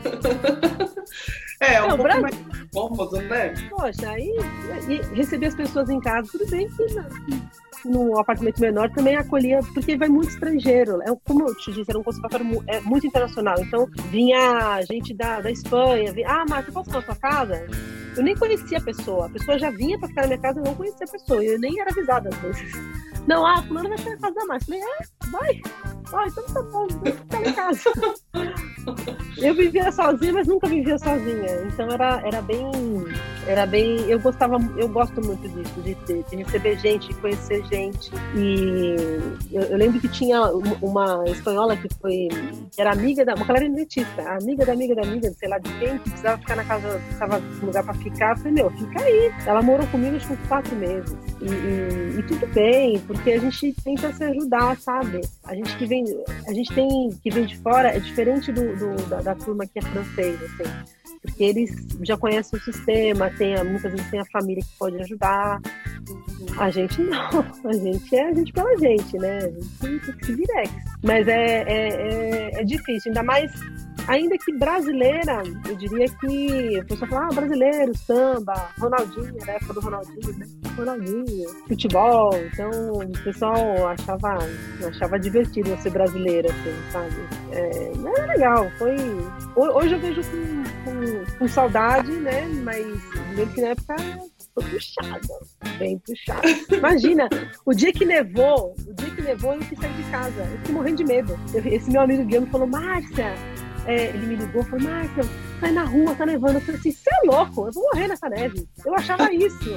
Um pouco mais cômodo, né? Poxa, aí receber as pessoas em casa, tudo bem que no apartamento menor também acolhia, porque vai muito estrangeiro. Como eu te disse, era um conservatório muito internacional. Então, vinha gente da Espanha. Márcia, posso ir na sua casa? Eu nem conhecia a pessoa já vinha pra ficar na minha casa, eu não conhecia a pessoa, eu nem era avisada às vezes. Não, fulano vai ficar na casa da Márcia. Eu falei, vai, então tá bom, vou ficar em casa. Eu vivia sozinha, mas nunca vivia sozinha, então era bem, eu gosto muito disso, de receber gente, de conhecer gente, e eu lembro que tinha uma espanhola que era amiga uma clarinetista, amiga da amiga, sei lá de quem, que precisava ficar na casa, precisava de um lugar pra ficar. Eu falei, fica aí. Ela morou comigo acho que uns 4 meses. E tudo bem, porque a gente tenta se ajudar, sabe? A gente que vem de fora é diferente da turma que é francês, assim. Porque eles já conhecem o sistema, muitas vezes tem a família que pode ajudar. A gente não, a gente é a gente pela gente, né? A gente tem que se virar. Mas é difícil, ainda que brasileira, eu diria que a pessoa fala, brasileiro, samba, Ronaldinho, na época do Ronaldinho, né? Ronaldinho, futebol, então o pessoal achava divertido eu ser brasileira, assim, sabe? Mas é legal, hoje eu vejo com saudade, né? Mas mesmo que na época foi puxada, bem puxada. Imagina, o dia que nevou, eu quis sair de casa, eu fiquei morrendo de medo. Esse meu amigo Guilherme falou, Márcia, ele me ligou e falou, Márcia, sai na rua, tá nevando. Eu falei assim, você é louco, eu vou morrer nessa neve. Eu achava isso.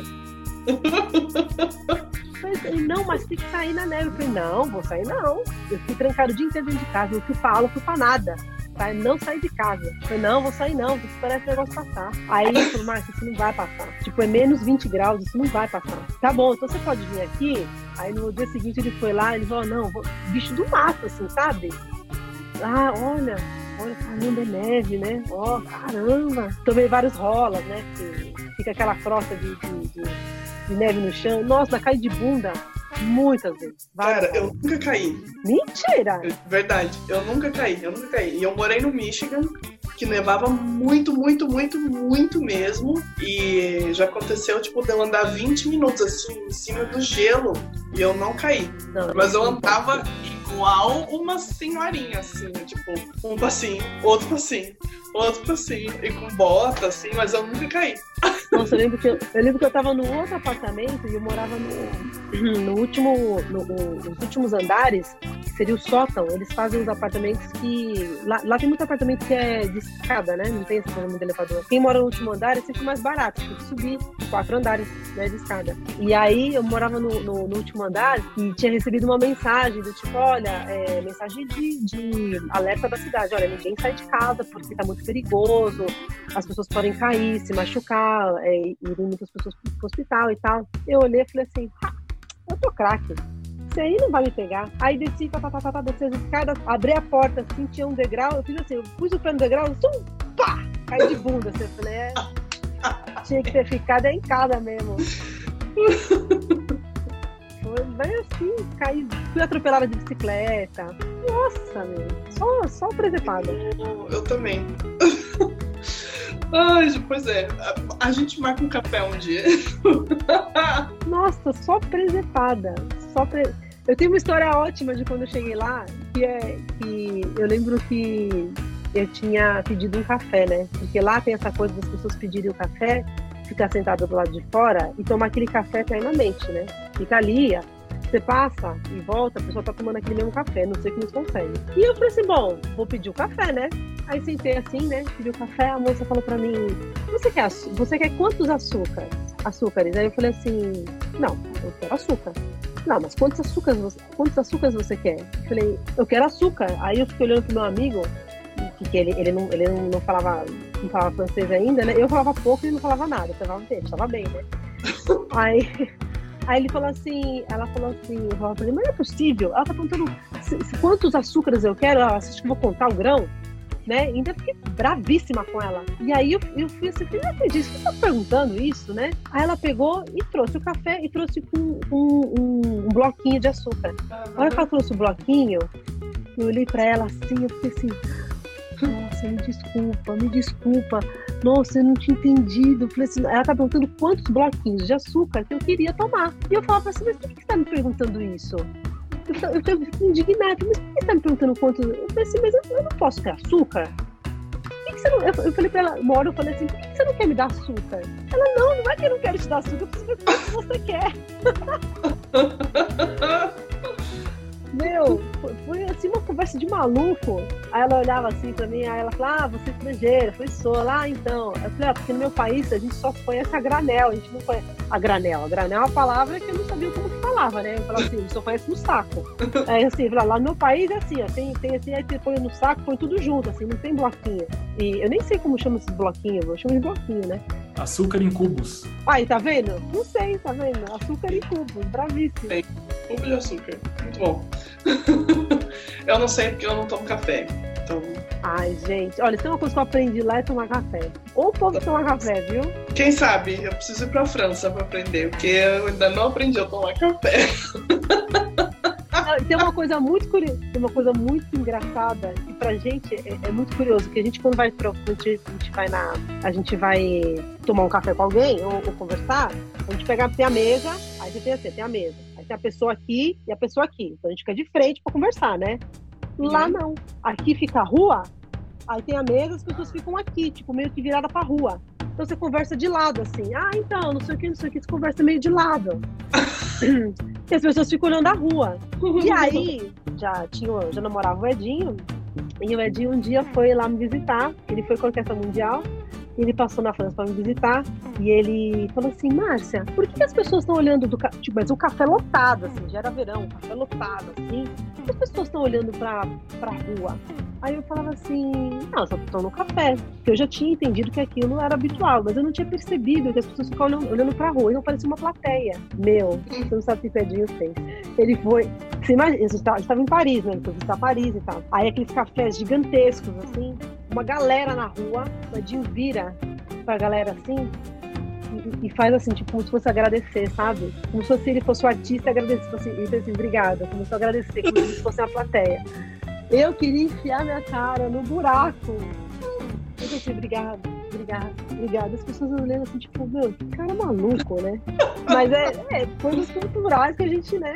Eu falei, não, mas tem que sair na neve. Eu falei, não, vou sair não. Eu fiquei trancado o dia inteiro dentro de casa, eu fui pra aula, fui pra nada. Pra não sair de casa. Eu falei, não, vou sair não, vou esperar esse negócio passar. Aí ele falou, Márcia, isso não vai passar. Tipo, é menos 20 graus, isso não vai passar. Tá bom, então você pode vir aqui. Aí no dia seguinte ele foi lá, ele falou, não, bicho do mato, assim, sabe? Olha, caramba, é neve, né? Caramba. Tomei vários rolas, né? Fica aquela crosta de neve no chão. Nossa, cai de bunda muitas vezes. Cara, eu nunca caí. Mentira! Verdade, eu nunca caí. E eu morei no Michigan, que nevava muito, muito, muito, muito mesmo. E já aconteceu, tipo, de eu andar 20 minutos, assim, em cima do gelo. E eu não caí. Mas eu andava igual uma senhorinha, assim, tipo, um passinho, outro passinho, e com bota, assim, mas eu nunca caí. Nossa, eu lembro que eu tava no outro apartamento e eu morava nos últimos andares, que seria o sótão. Eles fazem os apartamentos que... Lá tem muito apartamento que é de escada, né? Não tem esse problema de elevador. Quem mora no último andar é sempre mais barato, tem que subir 4 andares, né, de escada. E aí eu morava no último andar e tinha recebido uma mensagem do tipo, olha, mensagem de alerta da cidade, olha, ninguém sai de casa porque tá muito perigoso, as pessoas podem cair, se machucar, irem muitas pessoas pro hospital e tal. Eu olhei e falei assim, eu tô craque, isso aí não vai me pegar. Aí desci, desci as escadas, abri a porta, assim, tinha um degrau, eu fiz assim, eu pus o pé no degrau, caí de bunda, assim, eu falei, tinha que ter ficado em casa mesmo. Foi bem assim, caí, fui atropelada de bicicleta. Nossa, meu, só presepada. Eu também. Ai, pois é, a gente marca um café um dia. Nossa, só presepada. Eu tenho uma história ótima de quando eu cheguei lá, que eu lembro que eu tinha pedido um café, né? Porque lá tem essa coisa das pessoas pedirem o café, ficar sentado do lado de fora e tomar aquele café eternamente, né? Fica ali, você passa e volta, a pessoa tá tomando aquele mesmo café, não sei como eles conseguem. E eu falei assim, bom, vou pedir o café, né? Aí sentei assim, né? Pedi o café, a moça falou pra mim, você quer quantos açúcares? Aí eu falei assim, não, eu quero açúcar. Não, mas quantos açúcares você quer? Eu falei, eu quero açúcar. Aí eu fiquei olhando pro meu amigo, que ele não falava francês ainda, né? Eu falava pouco e ele não falava nada, eu falava dele, estava bem, né? Aí ele falou assim, eu falava pra ele, mas não é possível. Ela tá perguntando quantos açúcares eu quero, ela acha que eu vou contar o grão, né? Ainda fiquei bravíssima com ela. E aí eu fui assim, não acredito, você tá perguntando isso, né? Aí ela pegou e trouxe o café e trouxe um bloquinho de açúcar. A hora que ela trouxe o bloquinho, eu olhei pra ela assim, eu fiquei assim, nossa, me desculpa. Nossa, eu não tinha entendido. Eu falei assim, ela tá perguntando quantos bloquinhos de açúcar que eu queria tomar. E eu falava assim, mas por que você tá me perguntando isso? Eu fiquei indignada, mas por que você tá me perguntando quantos? Eu falei assim, mas eu não posso ter açúcar? Por que você não... Eu falei pra ela, uma hora eu falei assim, por que você não quer me dar açúcar? Ela, não é que eu não quero te dar açúcar, eu preciso ver quanto você quer. Meu, foi assim uma conversa de maluco. Aí ela olhava assim pra mim, aí ela falava, você é estrangeira. Eu falei, sou. Lá então. Eu falei, porque no meu país a gente só conhece a granel, a gente não conhece a granel. A granel é uma palavra que eu não sabia como que falava, né? Eu falava assim, só conhece no saco. Aí assim, eu falei, lá no meu país é assim, ó, tem assim, aí você põe no saco, põe tudo junto, assim, não tem bloquinho. E eu nem sei como chama esses bloquinhos, eu chamo de bloquinho, né? Açúcar em cubos. Aí, tá vendo? Não sei, tá vendo? Açúcar em cubos, bravíssimo. Tem cubo de açúcar, muito bom. Eu não sei porque eu não tomo café, então... Ai, gente, olha, se tem uma coisa que eu aprendi lá é tomar café. Ou o povo tomar café, viu? Quem sabe? Eu preciso ir pra França pra aprender, porque eu ainda não aprendi a tomar café. Tem uma coisa muito curiosa, tem uma coisa muito engraçada, e pra gente é muito curioso, que a gente quando vai a gente vai tomar um café com alguém ou conversar, a gente tem a mesa, aí você tem assim, tem a mesa, aí tem a pessoa aqui e a pessoa aqui, então a gente fica de frente pra conversar, né? Lá não, aqui fica a rua, aí tem a mesa, as pessoas ficam aqui, tipo, meio que virada pra rua. Então você conversa de lado, assim, então, não sei o que, você conversa meio de lado. E as pessoas ficam olhando a rua. E aí, já namorava o Edinho, e o Edinho um dia foi lá me visitar, ele foi com a Orquestra Mundial, ele passou na França para me visitar, e ele falou assim, Márcia, por que as pessoas estão olhando mas o café lotado, assim, já era verão, o café lotado, assim, por que as pessoas estão olhando pra rua? Aí eu falava assim, não, só estou no café, porque eu já tinha entendido que aquilo não era habitual, mas eu não tinha percebido que as pessoas ficam olhando pra rua, e não parecia uma plateia. Meu, você não sabe o que o Edinho fez. Ele foi, você imagina, ele estava em Paris, né, ele foi visitar Paris e tal. Aí aqueles cafés gigantescos, assim, uma galera na rua, o Edinho vira pra galera assim, e faz assim, tipo, como se fosse agradecer, sabe? Como se ele fosse o artista e agradecer, assim, e assim, obrigada, começou a agradecer, como se fosse uma plateia. Eu queria enfiar minha cara no buraco. Eu pensei, obrigada. As pessoas olhando assim, tipo, meu, que cara maluco, né? Mas coisas culturais que a gente, né?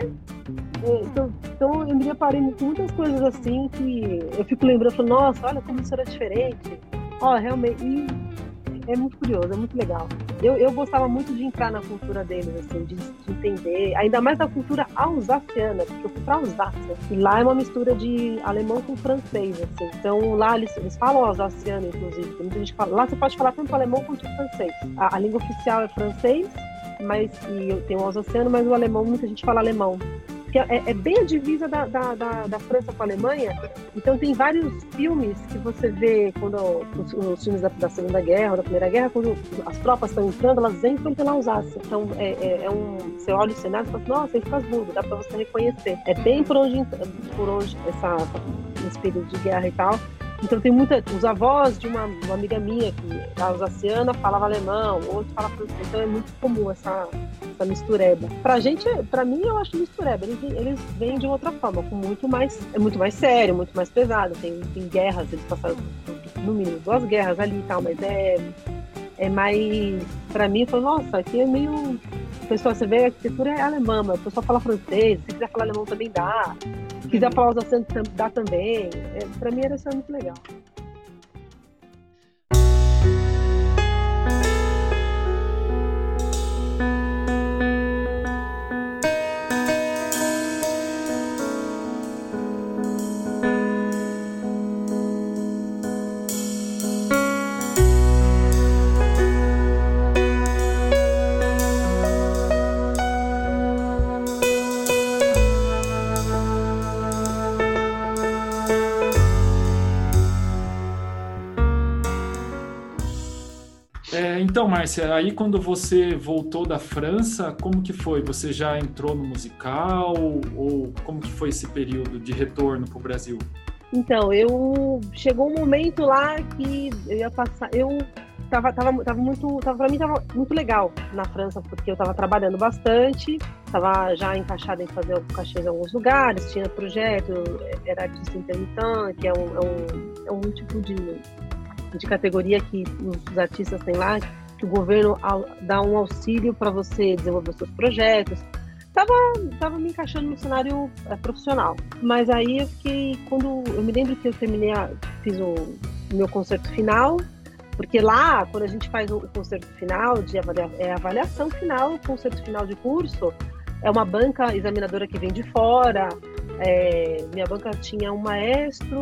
Então eu me deparei com muitas coisas assim que eu fico lembrando, falo, nossa, olha como isso era diferente. Ó, realmente, e é muito curioso, é muito legal. Eu gostava muito de entrar na cultura deles, assim, de entender, ainda mais da cultura alsaciana, porque eu fui pra Alsácia, e lá é uma mistura de alemão com francês, assim. Então lá eles falam alsaciano, inclusive, tem muita gente que fala, lá você pode falar tanto alemão quanto francês. A língua oficial é francês, e tem o alsaciano, mas o alemão, muita gente fala alemão. É bem a divisa da França com a Alemanha. Então tem vários filmes que você vê quando os filmes da Segunda Guerra ou da Primeira Guerra, quando as tropas estão entrando, elas entram pela Alsácia. Então você olha o cenário e fala, nossa, é Estrasburgo, dá para você reconhecer. É bem por onde nesse período de guerra e tal. Então tem os avós de uma amiga minha que a alsaciana falava alemão, outro fala francês, então é muito comum essa mistureba. Pra mim eu acho mistureba, eles vêm de outra forma, é muito mais sério, muito mais pesado, tem guerras, eles passaram no mínimo 2 guerras ali e tal, mas é mais, pra mim, eu falo, nossa, aqui é meio pessoal, você vê, a arquitetura é alemã, mas o pessoal fala francês, se quiser falar alemão também dá. Se quiser falar os acentos, dá também. Pra mim era isso muito legal. Então, Márcia, aí quando você voltou da França, como que foi? Você já entrou no musical ou como que foi esse período de retorno para o Brasil? Então, chegou um momento lá que eu ia passar, pra mim tava muito legal na França, porque eu tava trabalhando bastante, tava já encaixada em fazer cachês em alguns lugares, tinha projeto, era artista intermitente, que é um tipo de categoria que os artistas têm lá, que o governo dá um auxílio para você desenvolver os seus projetos. Tava me encaixando no cenário profissional. Mas aí eu me lembro que eu fiz o meu concerto final, porque lá, quando a gente faz o concerto final, a avaliação final, o concerto final de curso, é uma banca examinadora que vem de fora. Minha banca tinha um maestro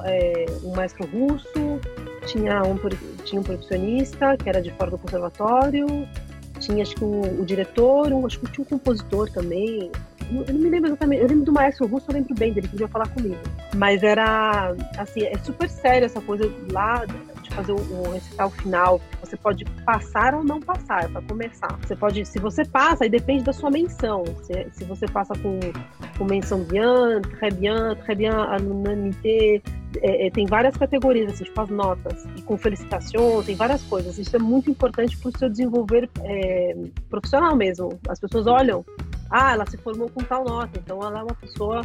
russo, tinha um percussionista que era de fora do conservatório, tinha acho que o diretor, acho que tinha um compositor também. Eu não me lembro exatamente, eu lembro do maestro russo, eu lembro bem dele, que veio falar comigo. Mas era, assim, é super sério essa coisa lá de fazer o recital final. Você pode passar ou não passar, para começar. Você pode, se você passa, aí depende da sua menção. Se você passa com menção bien, très bien, à l'unanimité, tem várias categorias, assim, tipo as notas, e com felicitação, tem várias coisas. Isso é muito importante para o seu desenvolver profissional mesmo. As pessoas olham, ela se formou com tal nota, então ela é uma pessoa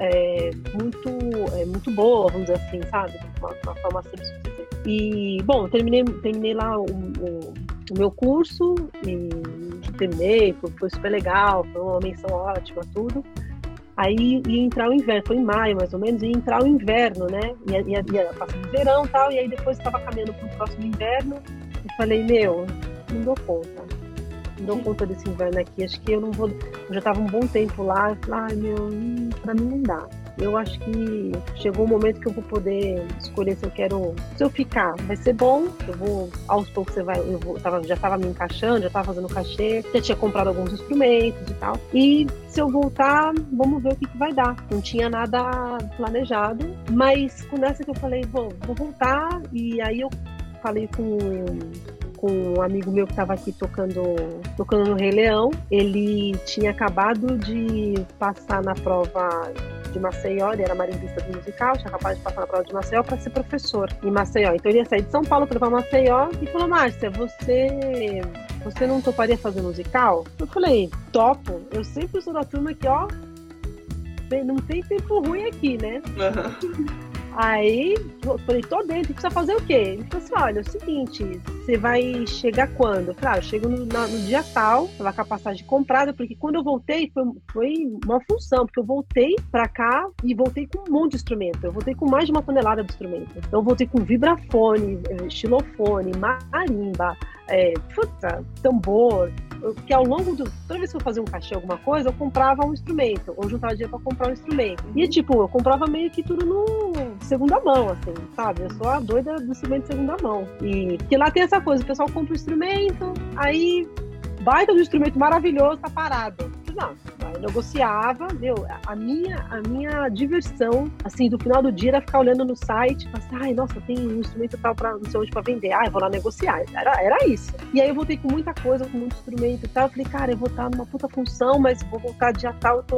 muito boa, vamos dizer assim, sabe? Uma forma simples de dizer. E, bom, eu terminei lá o meu curso, e terminei, foi super legal, foi uma menção ótima, tudo. Aí ia entrar o inverno, foi em maio mais ou menos, ia entrar o inverno, né? Ia passar o verão e tal, e aí depois estava caminhando para o próximo inverno, e falei, não dou conta desse inverno aqui, acho que eu não vou, eu já estava um bom tempo lá, eu falei, pra mim não dá. Eu acho que chegou um momento que eu vou poder escolher se eu ficar, vai ser bom, eu vou, aos poucos já estava me encaixando, já estava fazendo cachê, já tinha comprado alguns instrumentos e tal, e se eu voltar, vamos ver o que vai dar. Não tinha nada planejado, mas com essa que eu falei, vou voltar, e aí eu falei com um amigo meu que estava aqui tocando no Rei Leão. Ele tinha acabado de passar na prova de Maceió, ele era marinista do musical, tinha acabado de passar na prova de Maceió para ser professor em Maceió. Então ele ia sair de São Paulo para Maceió e falou, Márcia, você não toparia fazer musical? Eu falei, topo, eu sempre sou da turma que, não tem tempo ruim aqui, né? Uhum. Aí, eu falei, tô dentro, precisa fazer o quê? Ele falou assim, olha, é o seguinte, você vai chegar quando? Eu falei, eu chego no dia tal, tava com a passagem comprada, porque quando eu voltei, foi uma função, porque eu voltei pra cá e voltei com um monte de instrumento, eu voltei com mais de 1 tonelada de instrumento. Então eu voltei com vibrafone, xilofone, marimba, tambor, porque ao longo toda vez que eu fazia um cachê, alguma coisa, eu comprava um instrumento, ou juntava dinheiro pra comprar um instrumento. E eu comprava meio que tudo no segunda mão, assim, sabe? Eu sou a doida do instrumento de segunda mão. E porque lá tem essa coisa, o pessoal compra um instrumento, aí baita do instrumento maravilhoso, tá parado. Não, eu negociava, a minha diversão, assim, do final do dia era ficar olhando no site, falar assim, nossa, tem um instrumento tal não sei onde pra vender, eu vou lá negociar, era isso. E aí eu voltei com muita coisa, com muito instrumento e tal, eu falei, cara, eu vou estar numa puta função, mas vou voltar dia tal, eu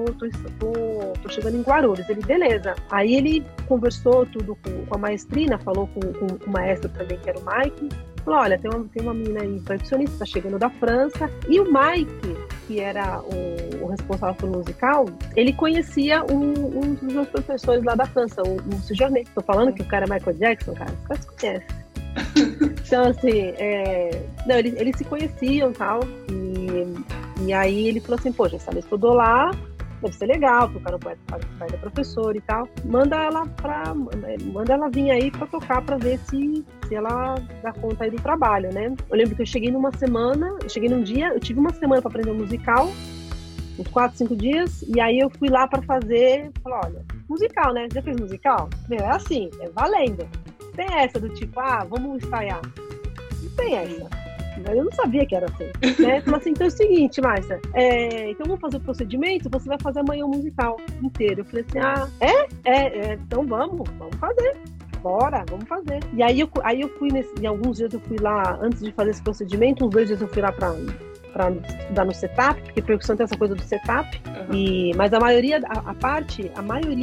tô chegando em Guarulhos. Ele, beleza. Aí ele conversou tudo com a maestrina, falou com o maestro também, que era o Mike, falou, olha, tem uma menina aí, percussionista, tá chegando da França, e o Mike, que era o responsável pelo musical, ele conhecia um dos meus professores lá da França, o Sejourné. Tô falando que o cara é Michael Jackson, cara, os caras se conhecem. Então, assim, eles se conheciam e tal, e E aí ele falou assim, poxa, se ela estudou lá, deve ser legal, porque o cara vai da professora e tal. Manda ela vir aí pra tocar, pra ver se ela dá conta aí do trabalho, né? Eu lembro que eu cheguei num dia, eu tive uma semana pra aprender um musical, uns 4, 5 dias, e aí eu fui lá pra fazer, falei, olha, musical, né? Já fez musical? Meu, é assim, é valendo. Tem essa do tipo, vamos ensaiar. Não tem essa. Eu não sabia que era assim, né? Falei assim, então é o seguinte, Márcia, então vamos fazer o procedimento, você vai fazer amanhã o musical inteiro. Eu falei assim, então vamos fazer. Bora, vamos fazer. E aí eu fui, em alguns dias eu fui lá, antes de fazer esse procedimento, uns 2 dias eu fui lá pra estudar no setup, porque percussão tem essa coisa do setup, mas a maioria da parte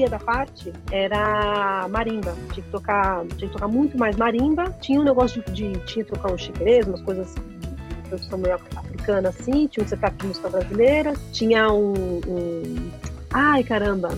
era marimba, tinha que tocar muito mais marimba, tinha um negócio tinha que tocar uns chiquerês, umas coisas de percussão meio africana assim, tinha um setup de música brasileira, tinha ai caramba,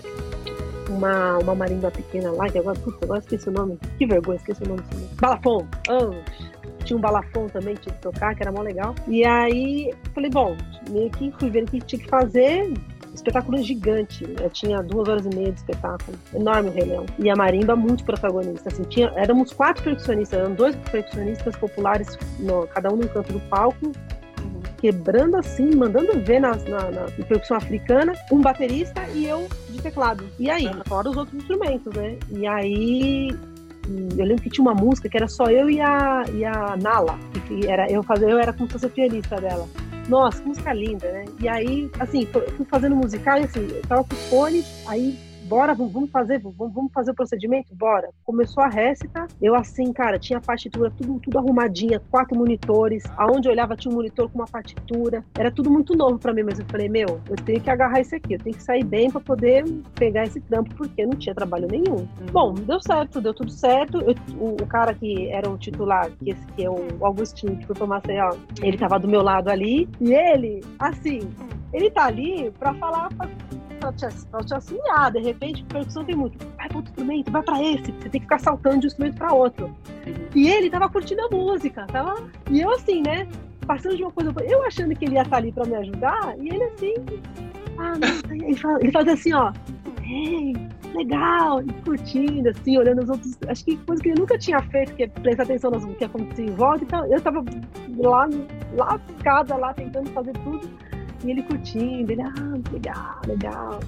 uma marimba pequena lá, que agora esqueci o nome, que vergonha, esqueci o nome desse nome. Balafon, tinha um balafon também, tinha que tocar, que era mó legal. E aí, falei, bom, meio que fui vendo o que tinha que fazer. Espetáculo gigante. Eu tinha 2h30 de espetáculo. Enorme o Rei Leão. E a marimba muito protagonista. Assim, éramos 4 percussionistas, eram 2 percussionistas populares, cada um no canto do palco, quebrando assim, mandando ver na percussão africana, um baterista e eu de teclado. E aí, fora os outros instrumentos, né? E aí... Eu lembro que tinha uma música que era só eu e a Nala, que eu era como se fosse pianista dela. Nossa, que música linda, né? E aí, assim, eu fui fazendo musical e assim, eu tava com o fone, aí bora, vamos fazer o procedimento? Bora. Começou a récita, eu assim, cara, tinha a partitura tudo arrumadinha, 4 monitores, aonde eu olhava tinha um monitor com uma partitura, era tudo muito novo pra mim, mas eu falei, eu tenho que agarrar isso aqui, eu tenho que sair bem pra poder pegar esse trampo, porque não tinha trabalho nenhum. Bom, deu tudo certo, o cara que era o titular, que é o Augustinho, que foi pra Maceió, ele tava do meu lado ali, e ele, assim, ele tá ali pra falar pra te auxiliar, de repente, percussão tem muito. Vai para outro instrumento, vai para esse, você tem que ficar saltando de um instrumento para outro. E ele tava curtindo a música, e eu assim, né, passando de uma coisa, eu achando que ele ia estar ali para me ajudar, e ele assim, não, ele fazia assim, ó, ei, legal, e curtindo, assim, olhando os outros, acho que coisa que ele nunca tinha feito, que é prestar atenção no que acontecia em volta, então eu tava lá ficada, lá tentando fazer tudo. E ele curtindo, ele, legal.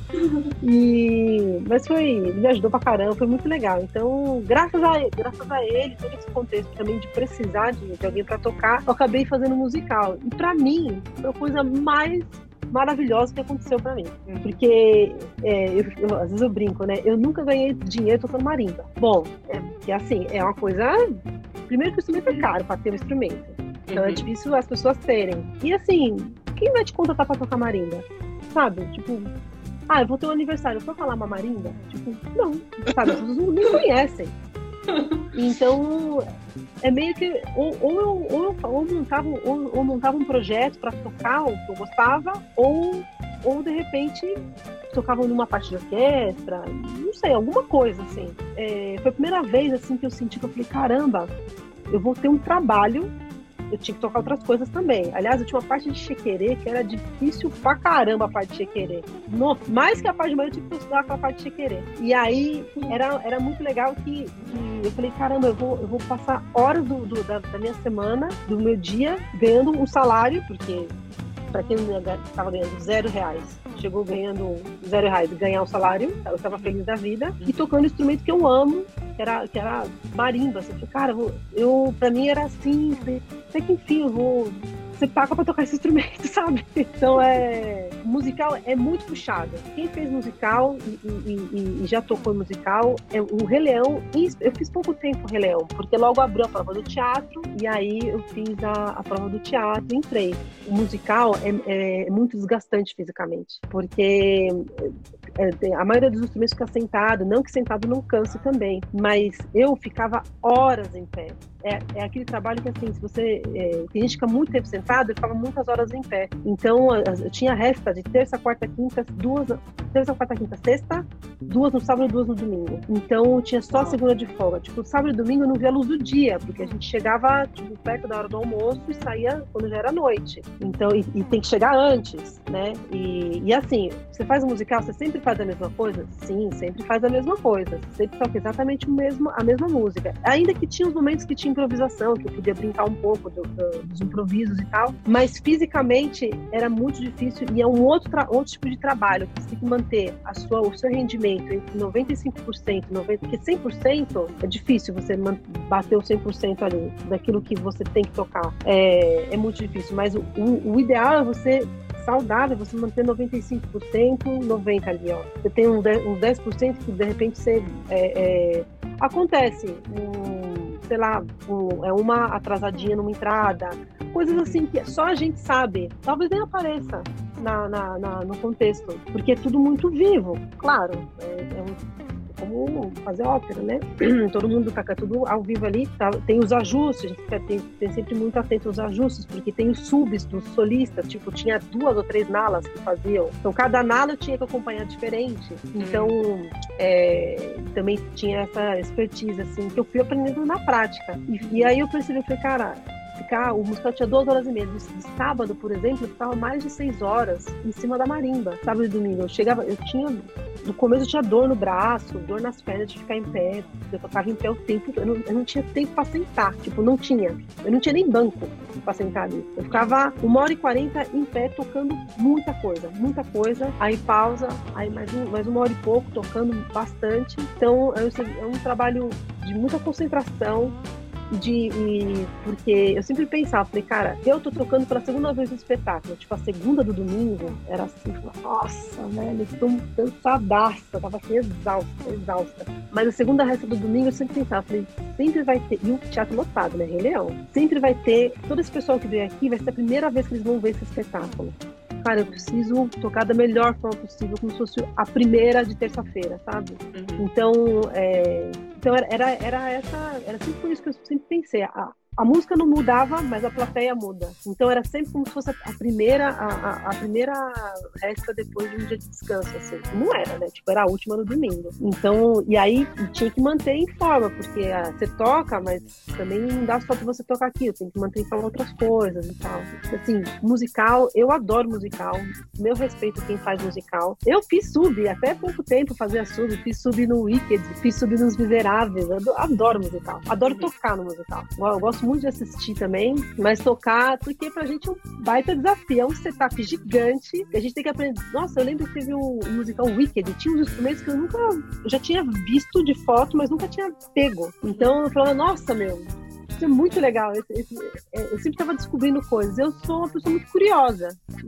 Mas ele me ajudou pra caramba, foi muito legal. Então, graças a ele, todo esse contexto também de precisar de alguém pra tocar, eu acabei fazendo musical. E pra mim, foi a coisa mais maravilhosa que aconteceu pra mim. Porque, às vezes eu brinco, né? Eu nunca ganhei dinheiro tocando marimba. Bom, que assim, é uma coisa... Primeiro que o instrumento é caro pra ter um instrumento. Então é difícil as pessoas terem. E assim... Quem vai te contratar pra tocar marimba? Sabe? Tipo, eu vou ter um aniversário, eu vou falar uma marimba? Tipo, não, sabe? As pessoas não me conhecem. Então, é meio que... Ou montava um projeto pra tocar o que eu gostava, ou de repente, tocavam numa parte de orquestra, não sei, alguma coisa, assim. Foi a primeira vez, assim, que eu senti que eu falei, caramba, eu vou ter um trabalho. Eu tinha que tocar outras coisas também. Aliás, eu tinha uma parte de chequerê que era difícil pra caramba, a parte de chequerê. Mais que a parte de manhã, eu tinha que estudar aquela parte de chequerê. E aí, era muito legal que eu falei, caramba, eu vou passar horas da minha semana, do meu dia, ganhando um salário, porque para quem estava ganhando R$0, chegou ganhando R$0, ganhar um salário, eu estava feliz da vida, e tocando um instrumento que eu amo, que era marimba. Assim, cara, pra mim era assim, até que enfim, você paga pra tocar esse instrumento, sabe? Então, musical é muito puxado. Quem fez musical e já tocou musical, o Rei Leão, eu fiz pouco tempo o Rei Leão, porque logo abriu a prova do teatro, e aí eu fiz a prova do teatro e entrei. O musical é muito desgastante fisicamente, porque a maioria dos instrumentos fica sentado, não que sentado não canse também, mas eu ficava horas em pé. É aquele trabalho que, assim, se você tem gente que fica muito tempo sentado, estrada, eu ficava muitas horas em pé. Então, eu tinha resta de terça, quarta, quinta, sexta, 2 no sábado e 2 no domingo. Então, eu tinha só a segunda de folga. Tipo, sábado e domingo eu não via a luz do dia, porque a gente chegava, tipo, perto da hora do almoço e saía quando já era noite. Então, e tem que chegar antes, né? E assim, você faz um musical, você sempre faz a mesma coisa? Sim, sempre faz a mesma coisa. Sempre toca exatamente a mesma música. Ainda que tinha os momentos que tinha improvisação, que eu podia brincar um pouco dos improvisos e tal, mas fisicamente era muito difícil e é um outro tipo de trabalho, que você tem que manter o seu rendimento entre 95%, porque 100% é difícil você bater o 100% ali, daquilo que você tem que tocar. É muito difícil, mas o ideal é você saudável, você manter 95%, 90% ali, ó. Você tem uns 10% que de repente você acontece, sei lá, uma atrasadinha numa entrada, coisas assim que só a gente sabe, talvez nem apareça no contexto, porque é tudo muito vivo, claro, como fazer ópera, né? Todo mundo taca tudo ao vivo ali, tá? Tem os ajustes, a gente tem sempre muito atento aos ajustes, porque tem os subs dos solistas, tipo, tinha 2 ou 3 nalas que faziam, então cada nala tinha que acompanhar diferente, então também tinha essa expertise, assim, que eu fui aprendendo na prática, e aí eu percebi, eu falei, cara, o musical tinha 2 horas e meia. De sábado, por exemplo, eu ficava mais de 6 horas em cima da marimba. Sábado e domingo. No começo eu tinha dor no braço, dor nas pernas de ficar em pé. Eu tocava em pé o tempo. Eu não tinha tempo pra sentar. Tipo, não tinha. Eu não tinha nem banco pra sentar ali. Eu ficava 1h40 em pé, tocando muita coisa. Aí pausa, aí mais 1 hora e pouco, tocando bastante. Então, é um trabalho de muita concentração. Porque eu sempre pensava, falei, cara, eu tô tocando pela segunda vez no espetáculo, tipo, a segunda do domingo era assim, nossa, velho, eu tô cansadaça, tava assim, exausta. Mas a segunda resta do domingo eu sempre pensava, falei, sempre vai ter, e o teatro lotado, né, Rei Leão, sempre vai ter, todo esse pessoal que veio aqui, vai ser a primeira vez que eles vão ver esse espetáculo. Cara, eu preciso tocar da melhor forma possível, como se fosse a primeira de terça-feira, sabe? Então, era sempre por isso que eu sempre pensei. A música não mudava, mas a plateia muda. Então era sempre como se fosse a primeira resta depois de um dia de descanso, assim. Não era, né? Tipo, era a última no domingo. Então, e aí tinha que manter em forma, porque você toca, mas também não dá só pra você tocar aquilo, tem que manter em forma outras coisas e tal. Assim, musical, eu adoro musical, meu respeito a quem faz musical. Eu fiz sub, até pouco tempo fazia sub, fiz sub no Wicked, fiz sub nos Miseráveis, eu adoro musical, adoro tocar no musical. Eu gosto muito de assistir também, mas tocar, porque pra gente é um baita desafio, é um setup gigante, e a gente tem que aprender. Nossa, eu lembro que teve um musical Wicked, tinha uns instrumentos que eu já tinha visto de foto, mas nunca tinha pego. Então eu falava, nossa, meu, isso é muito legal. Eu sempre estava descobrindo coisas. Eu sou uma pessoa muito curiosa.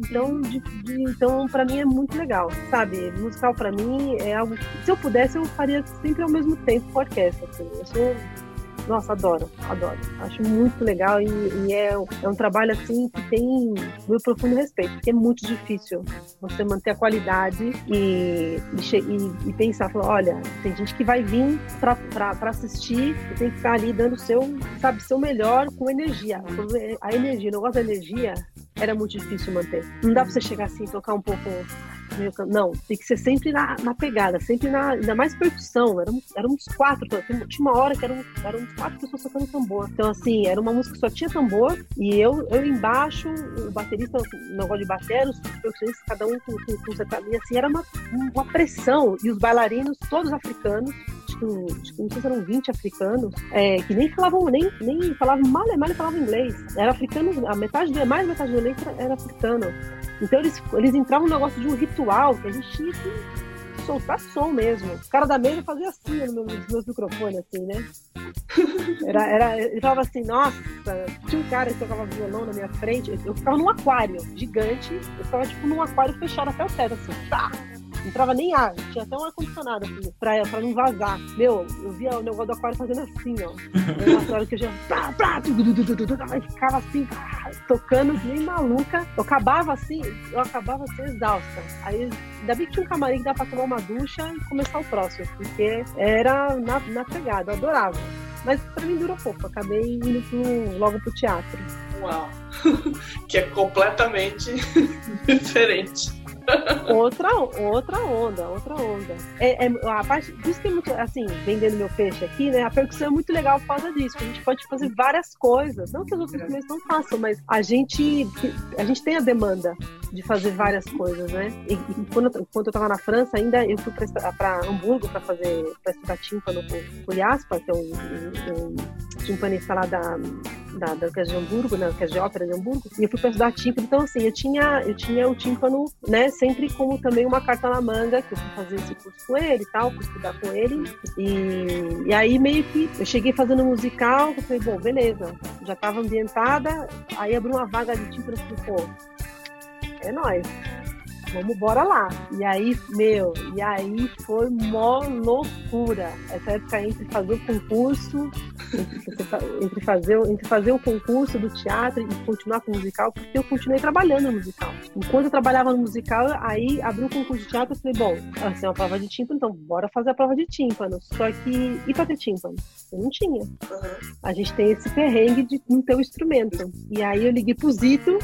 Então pra mim é muito legal, sabe? Musical pra mim é algo que, se eu pudesse, eu faria sempre ao mesmo tempo com a orquestra. Assim. Eu sou... Nossa, adoro. Acho muito legal e é um trabalho assim que tem meu profundo respeito, porque é muito difícil você manter a qualidade e pensar, falar, olha, tem gente que vai vir pra assistir e tem que ficar ali dando seu melhor com energia. A energia, o negócio da energia era muito difícil manter. Não dá pra você chegar assim e tocar um pouco... Não, tem que ser sempre na pegada, sempre ainda mais percussão, éramos 4, tinha uma hora que eram 4 pessoas tocando tambor, então assim, era uma música que só tinha tambor, e eu embaixo, o baterista, o negócio de bateria, os percussionistas, cada um com seu caminho, assim, era uma pressão, e os bailarinos, todos africanos, acho que não sei se eram 20 africanos, que nem falavam mal falavam inglês, era africano, mais metade do elenco era africano. Então eles entravam no negócio de um ritual que a gente tinha que soltar som mesmo. O cara da mesa fazia assim nos meus microfones, assim, né? Ele falava assim, nossa, tinha um cara que tocava violão na minha frente, eu ficava num aquário gigante, eu ficava tipo num aquário fechado até o teto, assim, tá! Não entrava nem ar, tinha até um ar-condicionado assim, pra não vazar. Meu, eu via o negócio do aquário fazendo assim, ó. Uma hora que eu já ficava assim, tocando que nem maluca. Eu acabava assim exausta. Aí, ainda bem que tinha um camarim que dava pra tomar uma ducha e começar o próximo, porque era na pegada, eu adorava. Mas pra mim durou pouco, acabei indo logo pro teatro. Uau! que é completamente diferente. Outra onda. A parte, por isso que é muito, assim, vendendo meu peixe aqui, né? A percussão é muito legal por causa disso. A gente pode fazer várias coisas. Não que os outros instrumentos não façam, mas a gente tem a demanda de fazer várias coisas, né? E quando eu tava na França, ainda eu fui para Hamburgo para estudar tímpano com o Jasper, que é um timpanista lá da Orquestra de Hamburgo, na Orquestra de Ópera de Hamburgo, e eu fui para estudar tímpano. Então, assim, eu tinha o tímpano, né, sempre como também uma carta na manga, que eu fui fazer esse curso com ele e tal, fui estudar com ele. E aí, meio que, eu cheguei fazendo musical, eu falei, bom, beleza, já estava ambientada, aí abriu uma vaga de tímpano, eu falei, pô, é nóis. Vamos bora lá. E aí foi mó loucura. Essa época entre fazer o concurso, entre fazer o concurso do teatro e continuar com o musical, porque eu continuei trabalhando no musical. Enquanto eu trabalhava no musical, aí abriu o concurso de teatro, eu falei, bom, assim, uma prova de tímpano, então bora fazer a prova de tímpano. Só que, e pra ter tímpano? Eu não tinha. A gente tem esse perrengue de não ter o instrumento. E aí eu liguei pro Zito,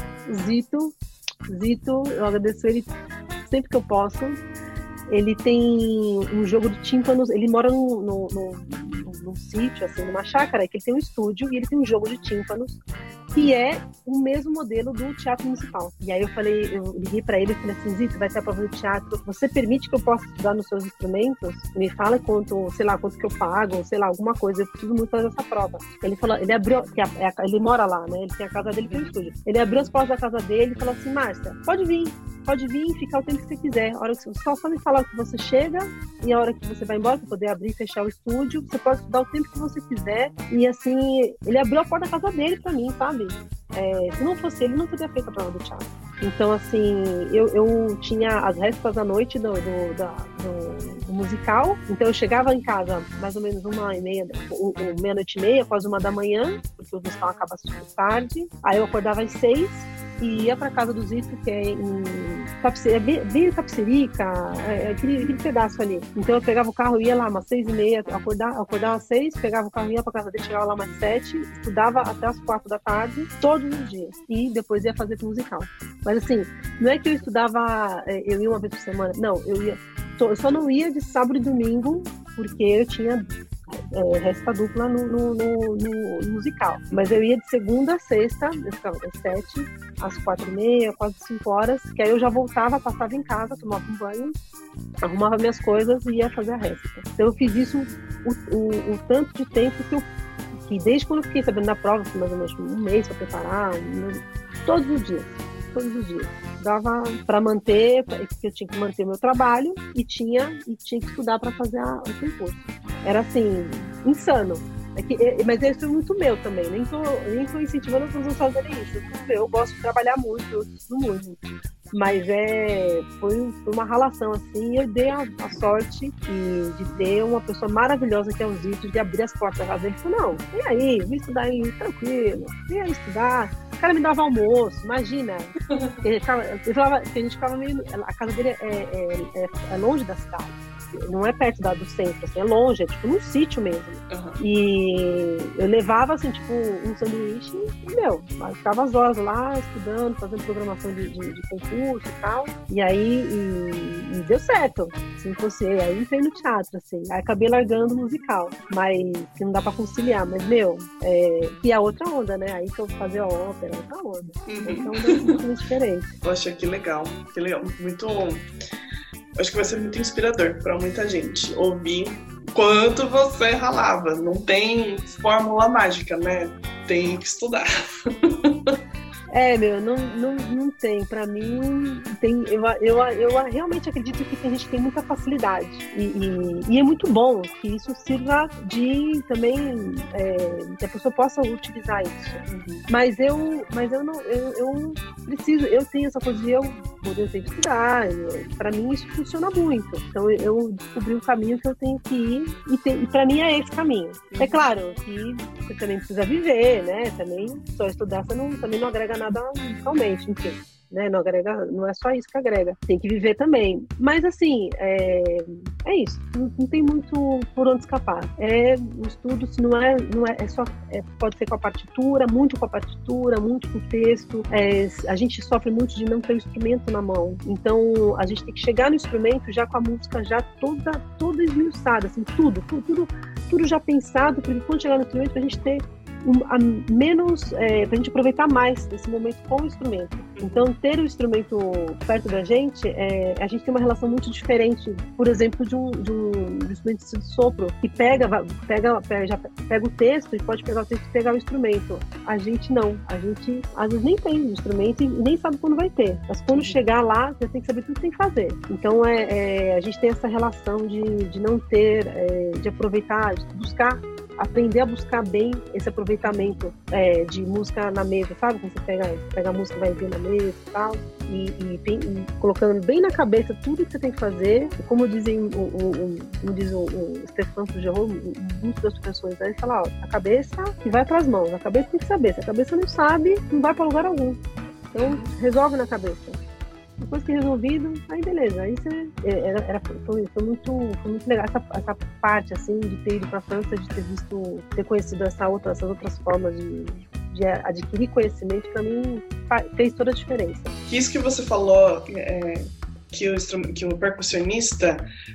eu agradeço ele sempre que eu posso. Ele tem um jogo de tímpanos, ele mora num sítio, assim, numa chácara, que ele tem um estúdio e ele tem um jogo de tímpanos que é o mesmo modelo do Teatro Municipal. E aí eu liguei pra ele e falei assim, Zito, vai ter a prova do teatro, você permite que eu possa estudar nos seus instrumentos? Me fala quanto que eu pago, sei lá, alguma coisa, eu preciso muito fazer essa prova. Ele falou, ele abriu, ele mora lá, né, ele tem a casa dele, tem um estúdio. Ele abriu as portas da casa dele e falou assim, Márcia, pode vir e ficar o tempo que você quiser. A hora que só me falar que você chega e a hora que você vai embora, para poder abrir e fechar o estúdio, você pode estudar o tempo que você quiser. E assim, ele abriu a porta da casa dele pra mim, sabe? Se não fosse ele, não teria feito a prova do teatro. Então, assim, eu tinha as résperas da noite do musical. Então, eu chegava em casa mais ou menos 1h30, meia-noite e meia, quase 1h, porque o musical acaba super tarde. Aí eu acordava às 6 e ia pra casa do Zito, que é bem em Tapicerica, aquele pedaço ali. Então eu pegava o carro, ia lá umas 6h30, acordava às 6, pegava o carro, ia pra casa dele, chegava lá umas 7, estudava até as 4 da tarde, todos os dias. E depois ia fazer pro musical. Mas assim, não é que eu estudava, eu ia uma vez por semana, não, eu só não ia de sábado e domingo, porque eu tinha resta dupla no musical. Mas eu ia de segunda a sexta, eu ficava das 7 às 4h30, quase 5 horas, que aí eu já voltava, passava em casa, tomava um banho, arrumava minhas coisas e ia fazer a resta. Então eu fiz isso o tanto de tempo que desde quando eu fiquei sabendo da prova, mais ou menos um mês para preparar, todos os dias. Dava para manter, porque eu tinha que manter meu trabalho e tinha que estudar para fazer o concurso. Era assim, insano. Mas isso é muito meu também, nem tô incentivando as pessoas a fazerem isso. Eu gosto de trabalhar muito, eu estudo muito. Mas foi uma relação assim, e eu dei a sorte de ter uma pessoa maravilhosa que é o Zito, de abrir as portas da casa dele e falou, não, vem aí, vem estudar aí, tranquilo, vem aí estudar. O cara me dava almoço, imagina. Ele falava que a gente ficava meio... A casa dele é longe da cidade. Não é perto do centro, assim, é longe, é tipo num sítio mesmo. Uhum. E eu levava, assim, tipo, um sanduíche e, ficava as horas lá estudando, fazendo programação de concurso e tal. E aí, e deu certo. Assim, aí entrei no teatro, assim. Aí acabei largando o musical, mas que não dá pra conciliar. Mas, que é outra onda, né? Aí que eu fazia a ópera, outra onda. Uhum. Então, é muito diferente. Poxa, que legal. Muito... Acho que vai ser muito inspirador para muita gente ouvir quanto você ralava. Não tem fórmula mágica, né? Tem que estudar. Não tem. Pra mim, tem. Eu realmente acredito que tem gente que tem muita facilidade. E é muito bom que isso sirva de também que a pessoa possa utilizar isso. Uhum. Mas eu preciso, eu tenho essa coisa de eu tenho que estudar. Pra mim isso funciona muito. Então eu descobri um caminho que eu tenho que ir e pra mim é esse caminho. É claro que você também precisa viver, né? Também só estudar você também não agrega nada musicalmente, enfim. né? Não agrega, não é só isso que agrega. Tem que viver também. Mas, assim, é isso. Não tem muito por onde escapar. O estudo, se não é só... pode ser com a partitura, muito com a partitura, muito com o texto. A gente sofre muito de não ter o instrumento na mão. Então, a gente tem que chegar no instrumento já com a música já toda esmiuçada, assim, tudo já pensado, porque quando chegar no instrumento, a gente ter pra gente aproveitar mais desse momento com o instrumento. Então, ter o instrumento perto da gente, a gente tem uma relação muito diferente, por exemplo, de um instrumento de sopro, que pega o texto e pode pegar o texto e pegar o instrumento. A gente não. A gente, às vezes, nem tem o instrumento e nem sabe quando vai ter. Mas quando chegar lá, você tem que saber tudo que tem que fazer. Então, a gente tem essa relação de não ter, de aproveitar, de aprender a buscar bem esse aproveitamento de música na mesa, sabe? Quando você pega a música e vai ver na mesa e tal, e colocando bem na cabeça tudo que você tem que fazer. E como diz o Stefan Fougerolles, muito das pessoas, ele fala, a cabeça que vai para as mãos, a cabeça tem que saber. Se a cabeça não sabe, não vai para lugar algum. Então, resolve na cabeça. Depois que resolvido, aí beleza. Aí foi muito legal essa parte, assim, de ter ido para a França, de ter conhecido essas outras formas de adquirir conhecimento, para mim fez toda a diferença. Isso que você falou, que o percussionista,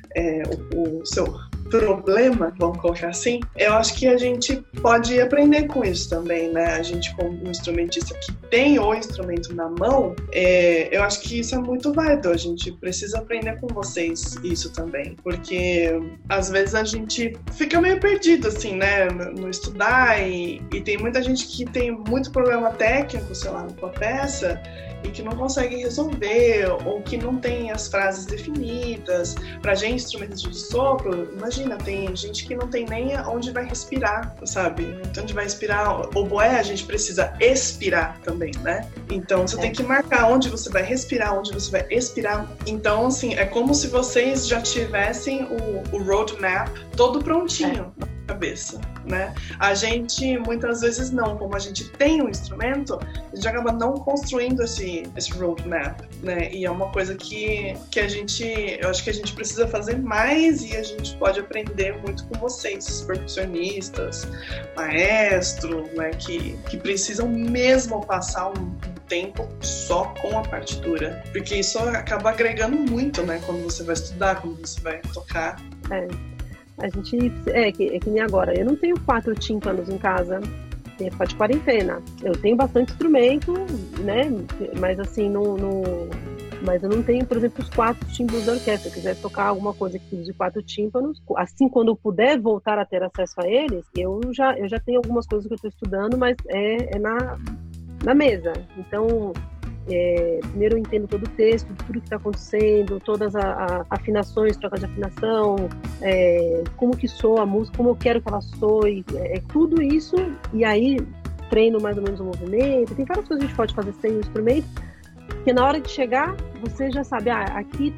o seu problema, vamos colocar assim, eu acho que a gente pode aprender com isso também, né? A gente, como um instrumentista que tem o instrumento na mão, eu acho que isso é muito válido. A gente precisa aprender com vocês isso também, porque às vezes a gente fica meio perdido, assim, né? No estudar, e tem muita gente que tem muito problema técnico, sei lá, com a peça, e que não consegue resolver, ou que não tem as frases definidas. Pra gente, instrumentos de sopro, imagina, tem gente que não tem nem onde vai respirar, sabe? Então, onde vai respirar, oboé, a gente precisa expirar também, né? Então, você tem que marcar onde você vai respirar, onde você vai expirar. Então, assim, é como se vocês já tivessem o roadmap todo prontinho na cabeça, né? A gente, muitas vezes, não. Como a gente tem um instrumento, a gente acaba não construindo esse roadmap, né? E é uma coisa que eu acho que a gente precisa fazer mais, e a gente pode aprender muito com vocês, percussionistas, maestros, né? Que precisam mesmo passar um tempo só com a partitura, porque isso acaba agregando muito, né? Quando você vai estudar, quando você vai tocar. A gente, que nem agora, eu não tenho 4 tímpanos em casa, tem época de quarentena. Eu tenho bastante instrumento, né? Mas assim, mas eu não tenho, por exemplo, os 4 tímpanos da orquestra. Se eu quiser tocar alguma coisa que use 4 tímpanos, assim, quando eu puder voltar a ter acesso a eles, eu já tenho algumas coisas que eu estou estudando, mas é na mesa. Então, primeiro eu entendo todo o texto, tudo que está acontecendo, todas as afinações, troca de afinação, como que soa a música, como eu quero que ela soe, tudo isso, e aí treino mais ou menos o movimento. Tem várias coisas que a gente pode fazer sem o instrumento, porque na hora de chegar, você já sabe, aqui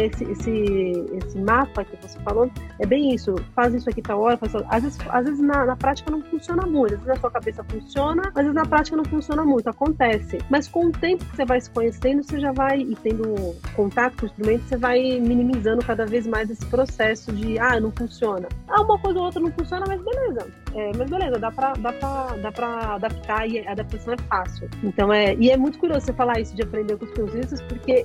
esse mapa que você falou, é bem isso, faz isso aqui tal hora, faz isso. Às vezes na prática não funciona muito, às vezes na sua cabeça funciona, às vezes na prática não funciona muito, acontece. Mas com o tempo que você vai se conhecendo, você já vai, e tendo contato com o instrumento, você vai minimizando cada vez mais esse processo de, não funciona. Uma coisa ou outra não funciona, mas beleza, dá pra adaptar, e a adaptação é fácil. Então e é muito curioso você falar isso de aprender com os percussistas, porque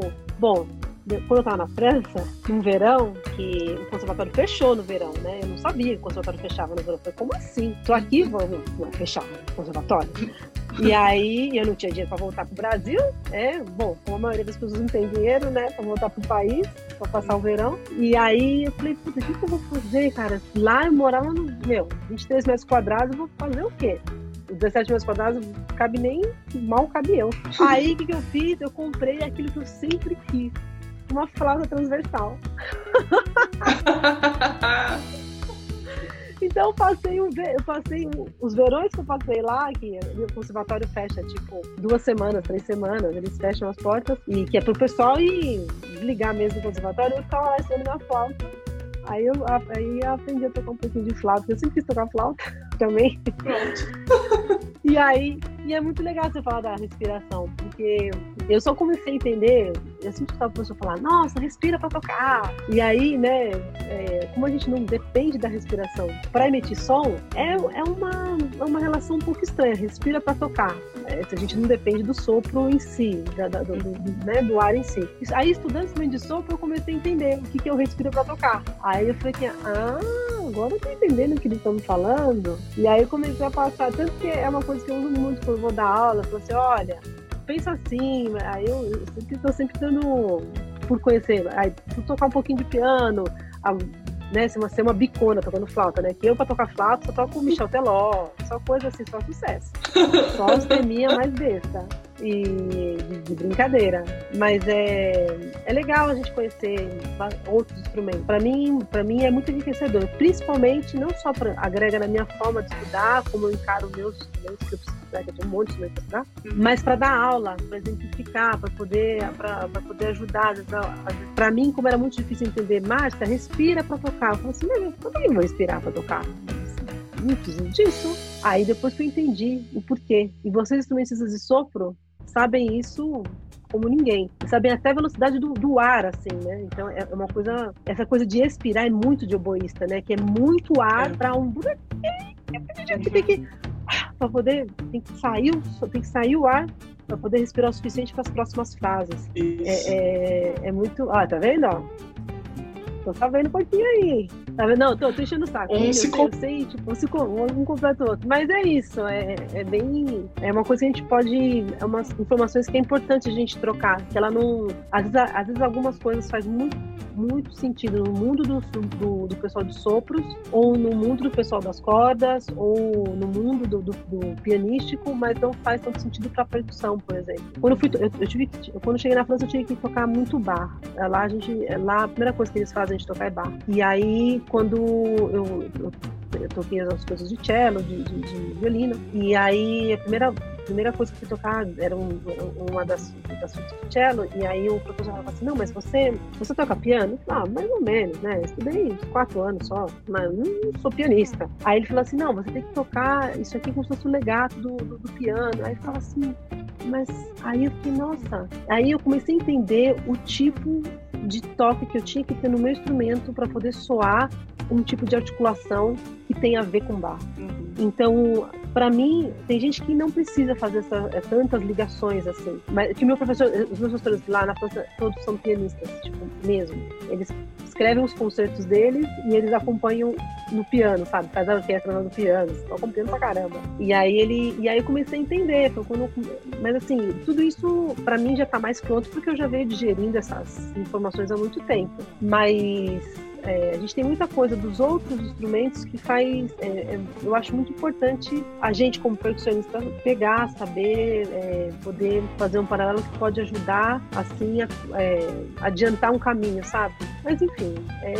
quando eu tava na França, no verão, que o conservatório fechou no verão, né? Eu não sabia que o conservatório fechava no verão. Eu falei, como assim? Tô aqui, vou fechar o conservatório. E aí, eu não tinha dinheiro para voltar pro Brasil. Como a maioria das pessoas não tem dinheiro, né? Para voltar pro país, para passar o verão. E aí, eu falei, puta, o que eu vou fazer, cara? Lá eu morava 23 metros quadrados, eu vou fazer o quê? 17 metros quadrados, mal cabe eu. Aí, o que eu fiz? Eu comprei aquilo que eu sempre quis. Uma flauta transversal. Então eu passei os verões que eu passei lá, que o conservatório fecha tipo 2 semanas, 3 semanas, eles fecham as portas, e que é pro pessoal ir desligar mesmo o conservatório. Eu ficava lá estudando minha flauta. Aí eu aprendi a tocar um pouquinho de flauta, porque eu sempre quis tocar flauta também. Pronto. E é muito legal você falar da respiração, porque Eu só comecei a entender, eu sempre escutava o professor falar, nossa, respira para tocar. E aí, né, como a gente não depende da respiração para emitir som, é uma relação um pouco estranha, respira para tocar. A gente não depende do sopro em si, do ar em si. Aí, estudando instrumento de sopro, eu comecei a entender o que eu respiro para tocar. Aí eu falei agora eu tô entendendo o que eles estão me falando. E aí eu comecei a passar, tanto que é uma coisa que eu uso muito quando eu vou dar aula, eu falo assim, olha, pensa assim, aí eu estou sempre dando por conhecer, aí por tocar um pouquinho de piano, né, ser uma bicona tocando flauta, né, que eu pra tocar flauta só toco o Michel Teló, só coisa assim, só sucesso, só os teminha mais besta e de brincadeira, mas é legal a gente conhecer outros instrumentos. Para mim é muito enriquecedor, principalmente não só agrega na minha forma de estudar, como eu encaro meus instrumentos que eu preciso estudar, que eu tenho um monte de instrumentos para estudar, mas para dar aula, para exemplificar, para poder ajudar. Para mim, como era muito difícil entender, Márcia, respira para tocar. Eu falei assim, mas por que eu vou respirar para tocar? Não preciso disso. Aí depois que eu entendi o porquê. E vocês, instrumentistas de sopro, sabem isso como ninguém. Sabem até a velocidade do ar, assim, né? Então é uma coisa... Essa coisa de expirar é muito de oboísta, né? Que é muito ar para um buraquinho que tem que... Para poder... Tem que sair o ar para poder respirar o suficiente para as próximas frases. É muito... Ó, tá vendo, ó? Tô sabendo um pouquinho aí. Tá vendo? Não, tô enchendo o saco. Eu sei, tipo, um completa o outro. Mas é isso, é uma coisa que a gente pode... É umas informações que é importante a gente trocar. Que ela não... Às vezes algumas coisas fazem muito sentido no mundo do pessoal de sopros, ou no mundo do pessoal das cordas, ou no mundo do pianístico, mas não faz tanto sentido para percussão, por exemplo. Quando eu cheguei na França, eu tive que tocar muito bar. Lá a primeira coisa que eles fazem de tocar é bar. E aí, quando eu toquei as coisas de cello, de violino, e aí a primeira coisa que eu fui tocar era uma das suítes de cello, e aí o professor falava assim, não, mas você toca piano? Mais ou menos, né? Eu estudei 4 anos só, mas não sou pianista. Aí ele falou assim, não, você tem que tocar isso aqui como se fosse o legato do piano. Aí eu falava assim, mas aí eu fiquei, nossa. Aí eu comecei a entender o tipo de toque que eu tinha que ter no meu instrumento para poder soar um tipo de articulação que tem a ver com bar. Então, para mim, tem gente que não precisa fazer tantas ligações assim. Mas que os meus professores lá na França, todos são pianistas, tipo, mesmo. Eles escrevem os concertos deles e eles acompanham no piano, sabe? Faz a orquestra no piano, tocam piano pra caramba. E aí eu comecei a entender. Mas assim, tudo isso pra mim já tá mais pronto porque eu já venho digerindo essas informações há muito tempo. Mas a gente tem muita coisa dos outros instrumentos que faz... eu acho muito importante a gente, como percussionista, pegar, saber, poder fazer um paralelo que pode ajudar, assim, adiantar um caminho, sabe? Mas, enfim,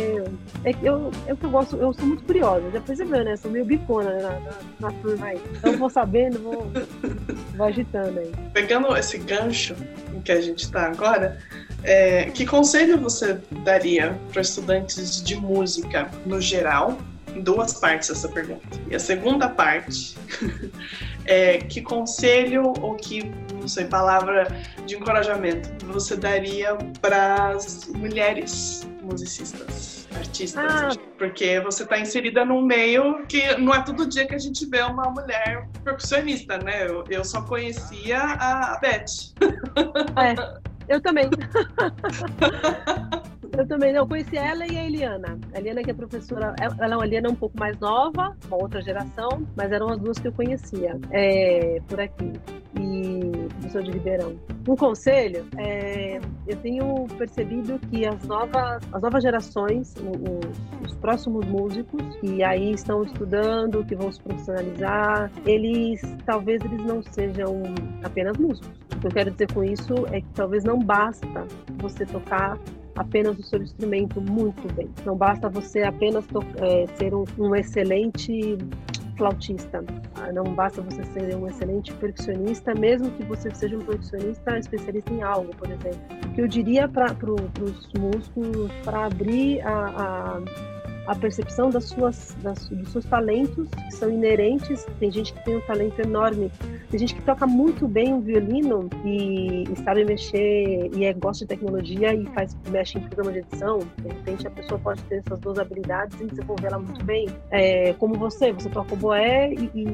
eu que eu gosto, eu sou muito curiosa, já percebeu, né? Sou meio bicona na turma aí. Então, eu vou sabendo, vou agitando aí. Pegando esse gancho em que a gente tá agora, que conselho você daria para estudantes de música no geral? Em 2 partes essa pergunta. E a segunda parte que conselho ou que, não sei, palavra de encorajamento você daria para as mulheres musicistas, artistas? Porque você está inserida num meio que não é todo dia que a gente vê uma mulher percussionista, né? Eu só conhecia a Beth. Eu também. Eu conheci ela e a Eliana. A Eliana, que é professora, a Eliana é um pouco mais nova, uma outra geração, mas eram as duas que eu conhecia por aqui. E professor de Ribeirão. Um conselho, eu tenho percebido que as novas gerações, os próximos músicos, que aí estão estudando, que vão se profissionalizar, talvez eles não sejam apenas músicos. O que eu quero dizer com isso é que talvez não basta você tocar apenas o seu instrumento muito bem. Não basta você apenas ser um excelente flautista. Não basta você ser um excelente percussionista, mesmo que você seja um percussionista especialista em algo, por exemplo. O que eu diria para os músicos, para abrir a percepção dos seus talentos que são inerentes. Tem gente que tem um talento enorme, tem gente que toca muito bem o violino e sabe mexer e gosta de tecnologia e mexe em programa de edição. De repente a pessoa pode ter essas duas habilidades e desenvolver ela muito bem. Como você toca oboé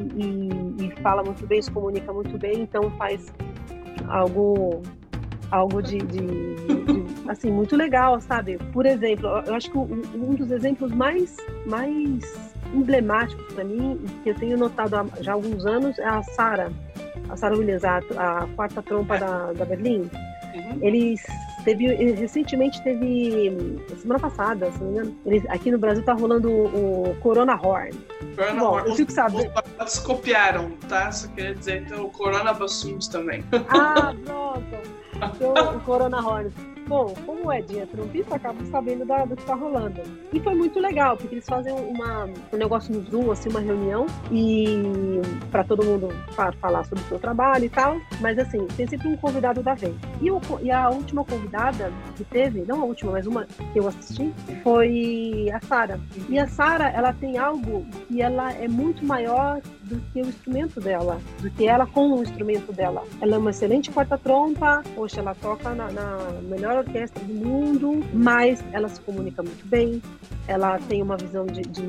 e fala muito bem, se comunica muito bem, então faz algo de assim, muito legal, sabe? Por exemplo, eu acho que um dos exemplos mais emblemáticos para mim, que eu tenho notado já há alguns anos, é a Sarah Williams, a quarta trompa da Berlim. Eles recentemente semana passada, se não me engano, aqui no Brasil tá rolando o Corona Horn. Eu fico sabendo. Os papatos copiaram, tá? Só queria dizer que tem o Corona Bassuntos também. Pronto. Então, o Corona Horn. Bom, como o Edinho é trompista, acaba sabendo do que tá rolando. E foi muito legal, porque eles fazem um negócio no Zoom, assim, uma reunião, e para todo mundo falar sobre o seu trabalho e tal, mas assim, tem sempre um convidado da vez. E a última convidada que teve, não a última, mas uma que eu assisti, foi a Sarah. E a Sarah, ela tem algo que ela é muito maior do que o instrumento dela, do que ela com o instrumento dela. Ela é uma excelente quarta-trompa, poxa, ela toca na melhor orquestra do mundo, mas ela se comunica muito bem, ela tem uma visão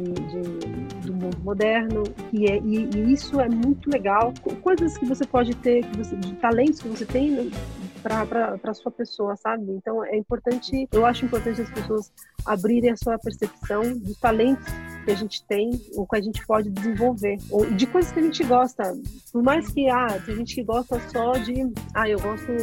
do mundo moderno, e isso é muito legal. Coisas que você pode ter, de talentos que você tem para sua pessoa, sabe? Então é importante, eu acho importante as pessoas abrirem a sua percepção dos talentos que a gente tem, ou que a gente pode desenvolver, ou de coisas que a gente gosta. Por mais que tem gente que gosta só de eu gosto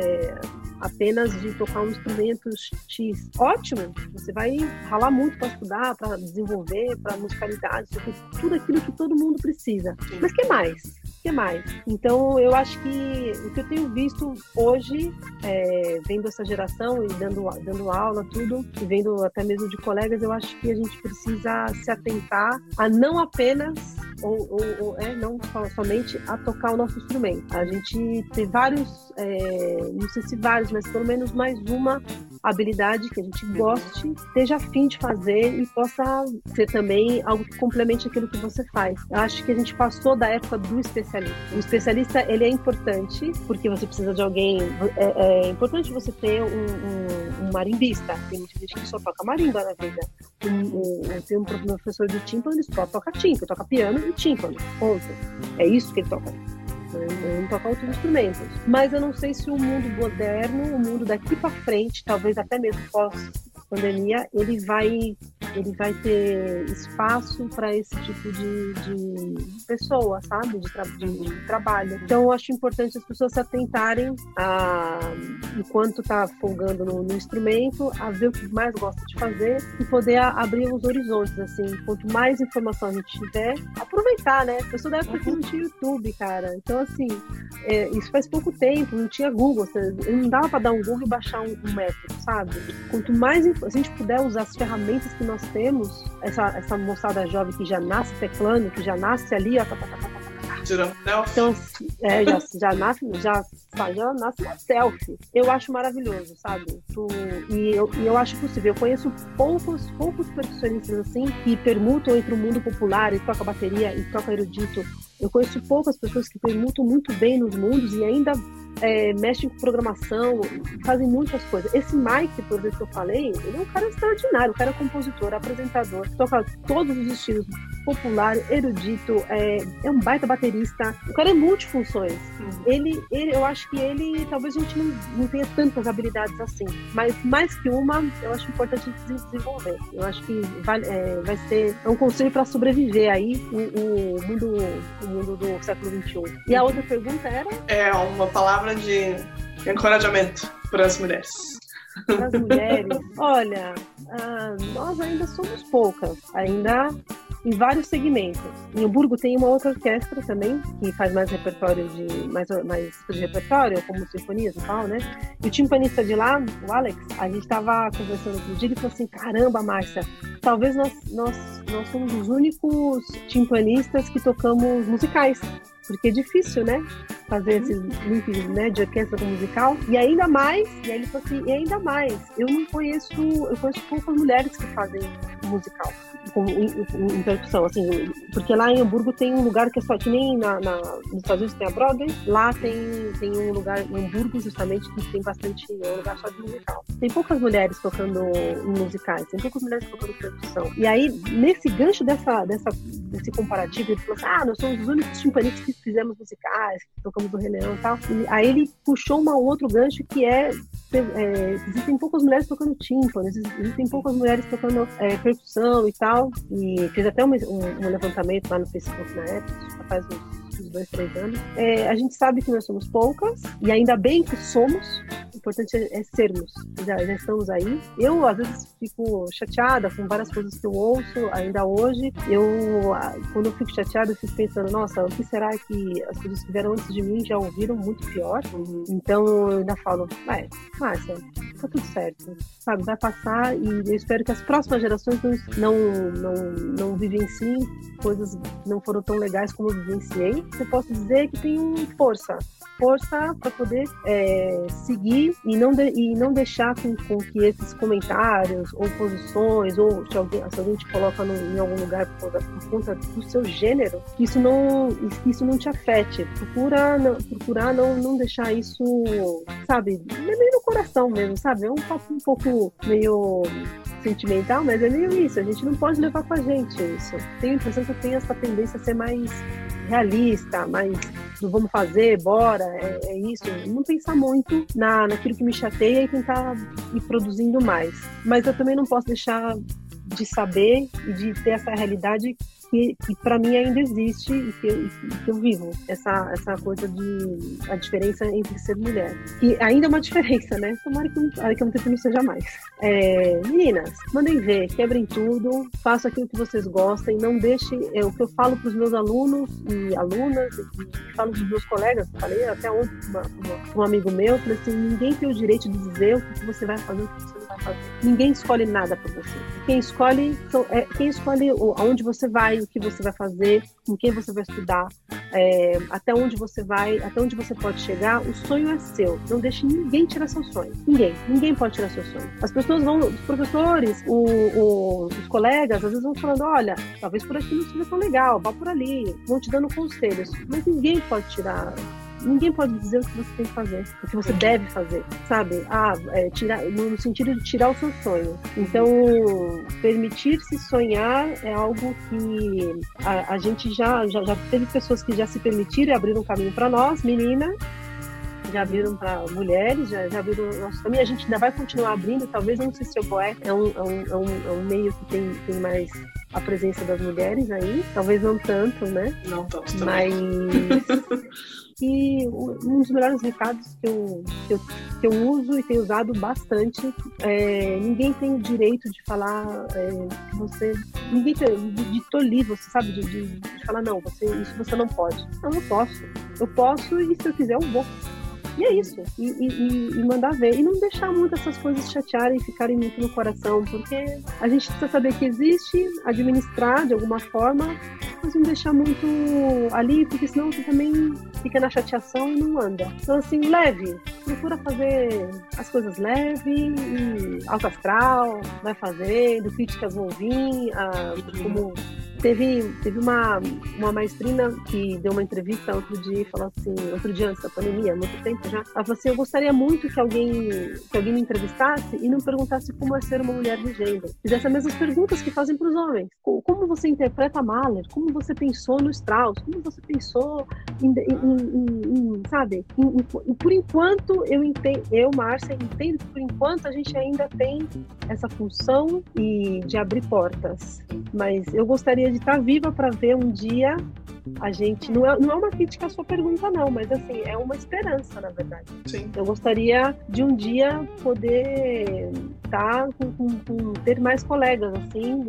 apenas de tocar um instrumento X. Ótimo! Você vai ralar muito para estudar, para desenvolver, para musicalidade, tudo aquilo que todo mundo precisa. Mas que mais? Que mais? Então, eu acho que o que eu tenho visto hoje, vendo essa geração e dando aula, tudo, e vendo até mesmo de colegas, eu acho que a gente precisa se atentar a não apenas, não somente a tocar o nosso instrumento. A gente tem vários, não sei se vários, mas pelo menos mais uma habilidade que a gente goste, esteja afim de fazer e possa ser também algo que complemente aquilo que você faz. Eu acho que a gente passou da época do especialista. O especialista, ele é importante porque você precisa de alguém. É importante você ter um marimbista. Tem muita gente que só toca marimba na vida. Tem um professor de tímpano, ele só toca tímpano, toca piano e tímpano. Ponto. É isso que ele toca. Não toca outros instrumentos. Mas eu não sei se o mundo moderno, o mundo daqui para frente, talvez até mesmo pós-pandemia, ele vai ter espaço para esse tipo de pessoa, sabe? De trabalho. Então, eu acho importante as pessoas se atentarem enquanto está folgando no instrumento, a ver o que mais gosta de fazer e poder abrir os horizontes, assim. Quanto mais informação a gente tiver, aproveitar, né? Eu sou da época que não tinha YouTube, cara. Então, assim, isso faz pouco tempo, não tinha Google. Não dava para dar um Google e baixar um método, sabe? Quanto mais a gente puder usar as ferramentas que nós temos, essa moçada jovem que já nasce teclando, que já nasce ali, ó, então, já nasce na selfie. Eu acho maravilhoso, sabe? E eu acho possível. Eu conheço poucos percussionistas assim que permutam entre o mundo popular e toca bateria e toca erudito. Eu conheço poucas pessoas que permutam muito bem nos mundos e ainda mexem com programação, fazem muitas coisas. Esse Mike, por exemplo, que eu falei, ele é um cara extraordinário. O cara é compositor, apresentador, toca todos os estilos, popular, erudito, é um baita baterista. O cara é multifunções. Eu acho que ele, talvez a gente não tenha tantas habilidades assim, mas mais que uma, eu acho importante a gente desenvolver. Eu acho que vai ser um conselho para sobreviver aí o mundo do século XXI. E a outra pergunta era? É uma palavra de encorajamento para as mulheres. Para as mulheres, olha, nós ainda somos poucas, ainda em vários segmentos. Em Hamburgo tem uma outra orquestra também, que faz mais repertório mais de repertório, como sinfonias e tal, né? E o timpanista de lá, o Alex, a gente estava conversando com o dia e falou assim, caramba, Márcia, talvez nós somos os únicos timpanistas que tocamos musicais. Porque é difícil, né? Fazer esses links, né, de orquestra com musical. E ainda mais, e aí ele falou assim, eu conheço poucas mulheres que fazem musical. Em percussão, assim, porque lá em Hamburgo tem um lugar que é só, que nem nos Estados Unidos tem a Broadway, lá tem um lugar em Hamburgo justamente que tem bastante, é um lugar só de musical. Tem poucas mulheres tocando em musicais, tem poucas mulheres tocando percussão. E aí, nesse gancho desse comparativo, ele falou assim, nós somos os únicos timpanistas que fizemos musicais, que tocamos o Rei Leão e tal. E aí ele puxou um outro gancho que existem poucas mulheres tocando tímpano, existem poucas mulheres tocando percussão e tal. E fez até um levantamento lá no Facebook na época, faz uns 2, 3 anos. A gente sabe que nós somos poucas, e ainda bem que somos. O importante é sermos. Já estamos aí. Eu, às vezes, fico chateada com várias coisas que eu ouço, ainda hoje. Quando eu fico chateada, eu fico pensando, nossa, o que será que as pessoas que vieram antes de mim já ouviram muito pior? Então, eu ainda falo, Márcia, tá tudo certo, sabe? Vai passar, e eu espero que as próximas gerações não vivenciem coisas que não foram tão legais como eu vivenciei. Eu posso dizer que tenho força para poder seguir e não deixar com que esses comentários ou posições, ou se alguém te coloca em algum lugar por conta do seu gênero, que isso não te afete. Procurar não deixar isso, sabe, meio no coração mesmo, sabe? É um papo um pouco meio sentimental, mas é meio isso. A gente não pode levar com a gente isso. Tenho a impressão que eu tenho essa tendência a ser mais realista, mais vamos fazer, bora, é isso. Não pensar muito naquilo que me chateia e tentar ir produzindo mais. Mas eu também não posso deixar de saber e de ter essa realidade que para mim ainda existe e que eu vivo. Essa coisa a diferença entre ser mulher. E ainda é uma diferença, né? Tomara que daqui a um tempo não seja mais. Meninas, mandem ver, quebrem tudo, façam aquilo que vocês gostem, não deixem, o que eu falo para os meus alunos e alunas, e falo para os meus colegas, falei até ontem um amigo meu, falei assim, ninguém tem o direito de dizer o que você vai fazer, o que você não vai fazer. Ninguém escolhe nada por você. Quem escolhe aonde você vai, o que você vai fazer, com quem você vai estudar, até onde você vai, até onde você pode chegar. O sonho é seu. Não deixe ninguém tirar seu sonho. Ninguém pode tirar seu sonho. As pessoas os professores, os colegas, às vezes vão falando, olha, talvez por aqui não seja tão legal, vá por ali, vão te dando conselhos, mas ninguém pode tirar. Ninguém pode dizer o que você tem que fazer, o que você deve fazer, sabe? No sentido de tirar o seu sonho. Então, permitir-se sonhar é algo que a gente já teve pessoas que já se permitiram e abriram um caminho para nós, meninas, já abriram para mulheres, já abriram o nosso caminho. A gente ainda vai continuar abrindo, talvez, eu não sei se o Boé é um meio que tem mais a presença das mulheres aí, talvez não tanto, né? Não tanto também. Mas... E um dos melhores recados que eu uso e tenho usado bastante, ninguém tem o direito de falar que você... Ninguém tem de tolir você, sabe? De falar, não, isso você não pode. Não, eu posso. Eu posso e se eu quiser eu vou. E é isso. E mandar ver. E não deixar muito essas coisas chatearem e ficarem muito no coração, porque a gente precisa saber que existe, administrar de alguma forma, mas não deixar muito ali, porque senão você também fica na chateação e não anda. Então, assim, leve. Procura fazer as coisas leve e alto astral, vai fazendo, críticas vão vir, como... Teve uma maestrina que deu uma entrevista outro dia e falou assim, outro dia antes da pandemia, há muito tempo já, ela falou assim, eu gostaria muito que alguém me entrevistasse e não perguntasse como é ser uma mulher de gênero. Fizesse as mesmas perguntas que fazem para os homens. Como você interpreta Mahler? Como você pensou no Strauss? Como você pensou sabe? Por enquanto, Márcia, entendo que por enquanto a gente ainda tem essa função de abrir portas. Mas eu gostaria de estar viva para ver um dia a gente... Não é uma crítica à sua pergunta, não, mas assim, é uma esperança, na verdade. Sim. Eu gostaria de um dia poder ter mais colegas, assim,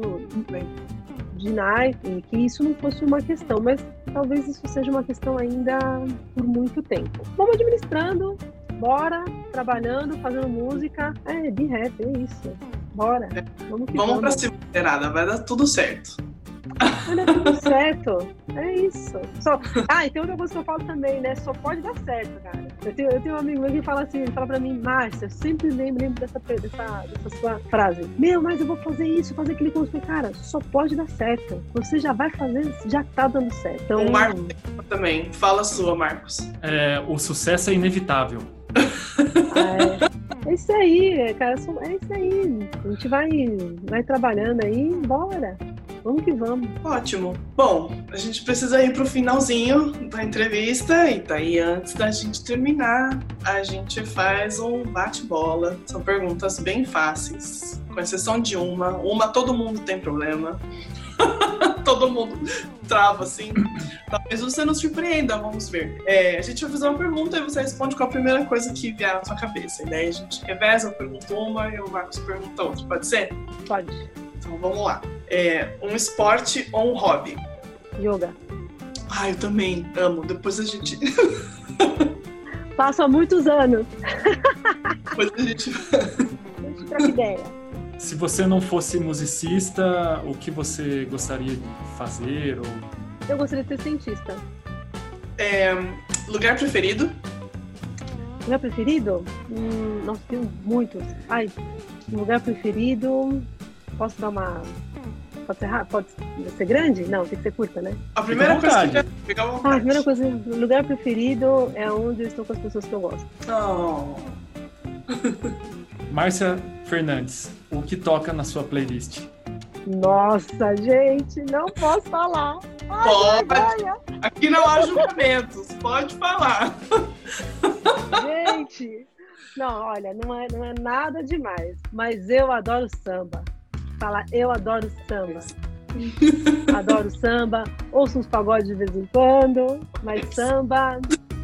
de naipe, que isso não fosse uma questão, mas talvez isso seja uma questão ainda por muito tempo. Vamos administrando, bora, trabalhando, fazendo música, be happy, é isso. Bora. Vamos pra cima, vai dar tudo certo. Vai dar tudo certo. É isso. E tem outra coisa que eu falo também, né? Só pode dar certo, cara. Eu tenho um amigo meu que fala assim, ele fala pra mim, Márcia, eu sempre lembro dessa sua frase. Mas eu vou fazer isso, fazer aquele curso. Cara, só pode dar certo. Você já vai fazer, já tá dando certo. Então, o Marcos também. Fala a sua, Marcos. O sucesso é inevitável. É isso aí, cara. É isso aí. A gente vai trabalhando aí, bora. Vamos que vamos. Ótimo. Bom, a gente precisa ir pro finalzinho da entrevista e daí antes da gente terminar, a gente faz um bate-bola. São perguntas bem fáceis, com exceção de uma todo mundo tem problema. Todo mundo trava assim. Talvez você nos surpreenda, vamos ver. A gente vai fazer uma pergunta e você responde com a primeira coisa que vier na sua cabeça. E daí a gente reveza, eu pergunto uma e o Marcos pergunta outra. Pode ser? Pode. Então vamos lá. Um esporte ou um hobby? Yoga. Eu também amo. Depois a gente... Passo há muitos anos. Depois a gente... A gente troca ideia. Se você não fosse musicista, o que você gostaria de fazer? Eu gostaria de ser cientista. Lugar preferido? Lugar preferido? Nossa, tenho muitos. Lugar preferido... Posso dar uma... Pode ser grande? Não, tem que ser curta, né? A primeira coisa que fica à vontade. A primeira coisa, o lugar preferido é onde eu estou com as pessoas que eu gosto. Márcia Fernandes, o que toca na sua playlist? Nossa, gente, não posso falar. Pode. Aqui não há julgamentos, pode falar. Gente, não, olha, não é nada demais, mas eu adoro samba. Eu adoro samba. Adoro samba, ouço uns pagodes de vez em quando, mas samba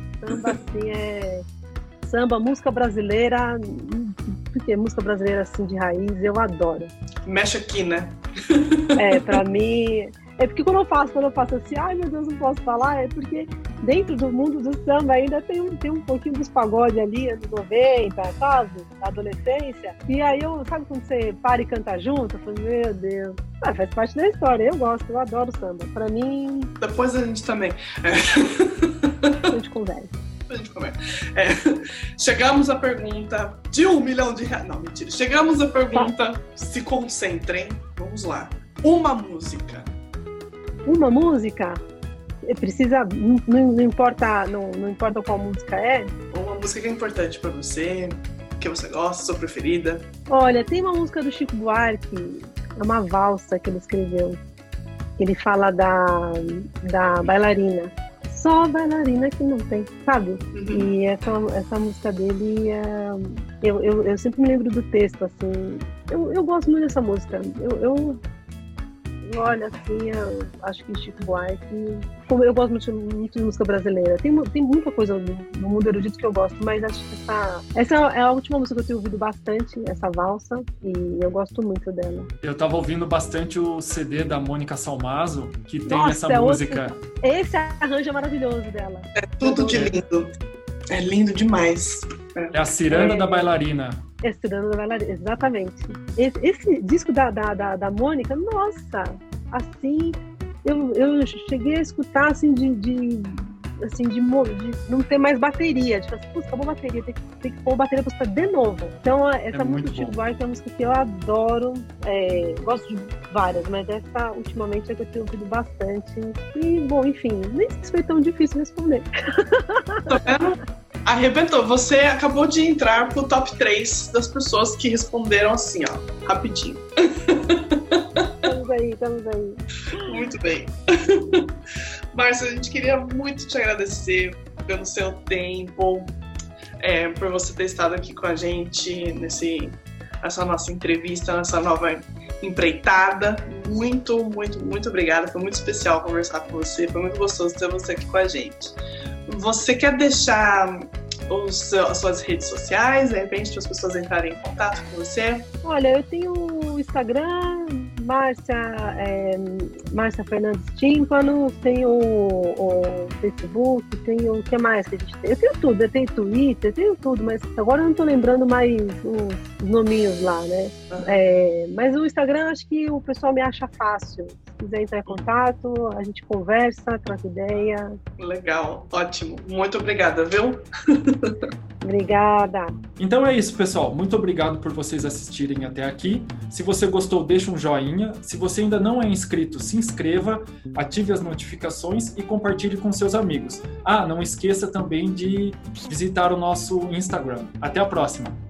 assim samba, música brasileira, porque música brasileira assim de raiz, eu adoro. Mexe aqui, né? Pra mim, porque quando eu faço assim, meu Deus, não posso falar, é porque dentro do mundo do samba ainda tem um pouquinho dos pagodes ali, anos 90, sabe? Da adolescência. E aí sabe quando você para e canta junto? Eu falo, meu Deus. Faz parte da história, eu adoro samba. Pra mim... Depois a gente também. A gente conversa. Chegamos à pergunta de R$1 milhão. Não, mentira. Chegamos à pergunta, se concentrem. Vamos lá. Uma música. Uma música? Precisa, não importa qual música é? Uma música que é importante pra você, que você gosta, sua preferida. Olha, tem uma música do Chico Buarque, é uma valsa que ele escreveu. Ele fala da bailarina. Só bailarina que não tem, sabe? Uhum. E essa música dele, eu sempre me lembro do texto, assim. Eu gosto muito dessa música. Olha, assim, eu acho que Chico Buarque... Eu gosto muito de música brasileira. Tem muita coisa no mundo erudito que eu gosto, mas acho que essa é a última música que eu tenho ouvido bastante, essa valsa, e eu gosto muito dela. Eu tava ouvindo bastante o CD da Mônica Salmazo, que tem essa música. Esse arranjo é maravilhoso dela. É tudo de lindo. É lindo demais. É a Ciranda da Bailarina. É Ciranda da Bailarina, exatamente. Esse disco da Mônica, nossa, assim, eu cheguei a escutar assim de não ter mais bateria, de falar assim, acabou a bateria, tem que pôr a bateria pra escutar de novo. Então essa música do Chico Buarque é uma música que eu adoro, gosto de várias, mas essa ultimamente é que eu tenho ouvido bastante. E, bom, enfim, nem sei se foi tão difícil responder. Tá vendo? Arrebentou. Você acabou de entrar pro top 3 das pessoas que responderam assim, ó, rapidinho. Estamos aí. Muito bem. Márcia, a gente queria muito te agradecer pelo seu tempo, por você ter estado aqui com a gente nessa nossa entrevista, nessa nova empreitada. Muito, muito, muito obrigada. Foi muito especial conversar com você. Foi muito gostoso ter você aqui com a gente. Você quer deixar as suas redes sociais, de repente, para as pessoas entrarem em contato com você? Olha, eu tenho o Instagram, Márcia Fernandes Tímpano, tem o Facebook, tem o que mais que a gente tem? Eu tenho tudo, eu tenho Twitter, eu tenho tudo, mas agora eu não estou lembrando mais os nominhos lá, né? Mas o Instagram, acho que o pessoal me acha fácil. Se quiser entrar em contato, a gente conversa, troca ideia. Legal, ótimo. Muito obrigada, viu? Obrigada. Então é isso, pessoal. Muito obrigado por vocês assistirem até aqui. Se você gostou, deixa um joinha. Se você ainda não é inscrito, se inscreva, ative as notificações e compartilhe com seus amigos. Não esqueça também de visitar o nosso Instagram. Até a próxima!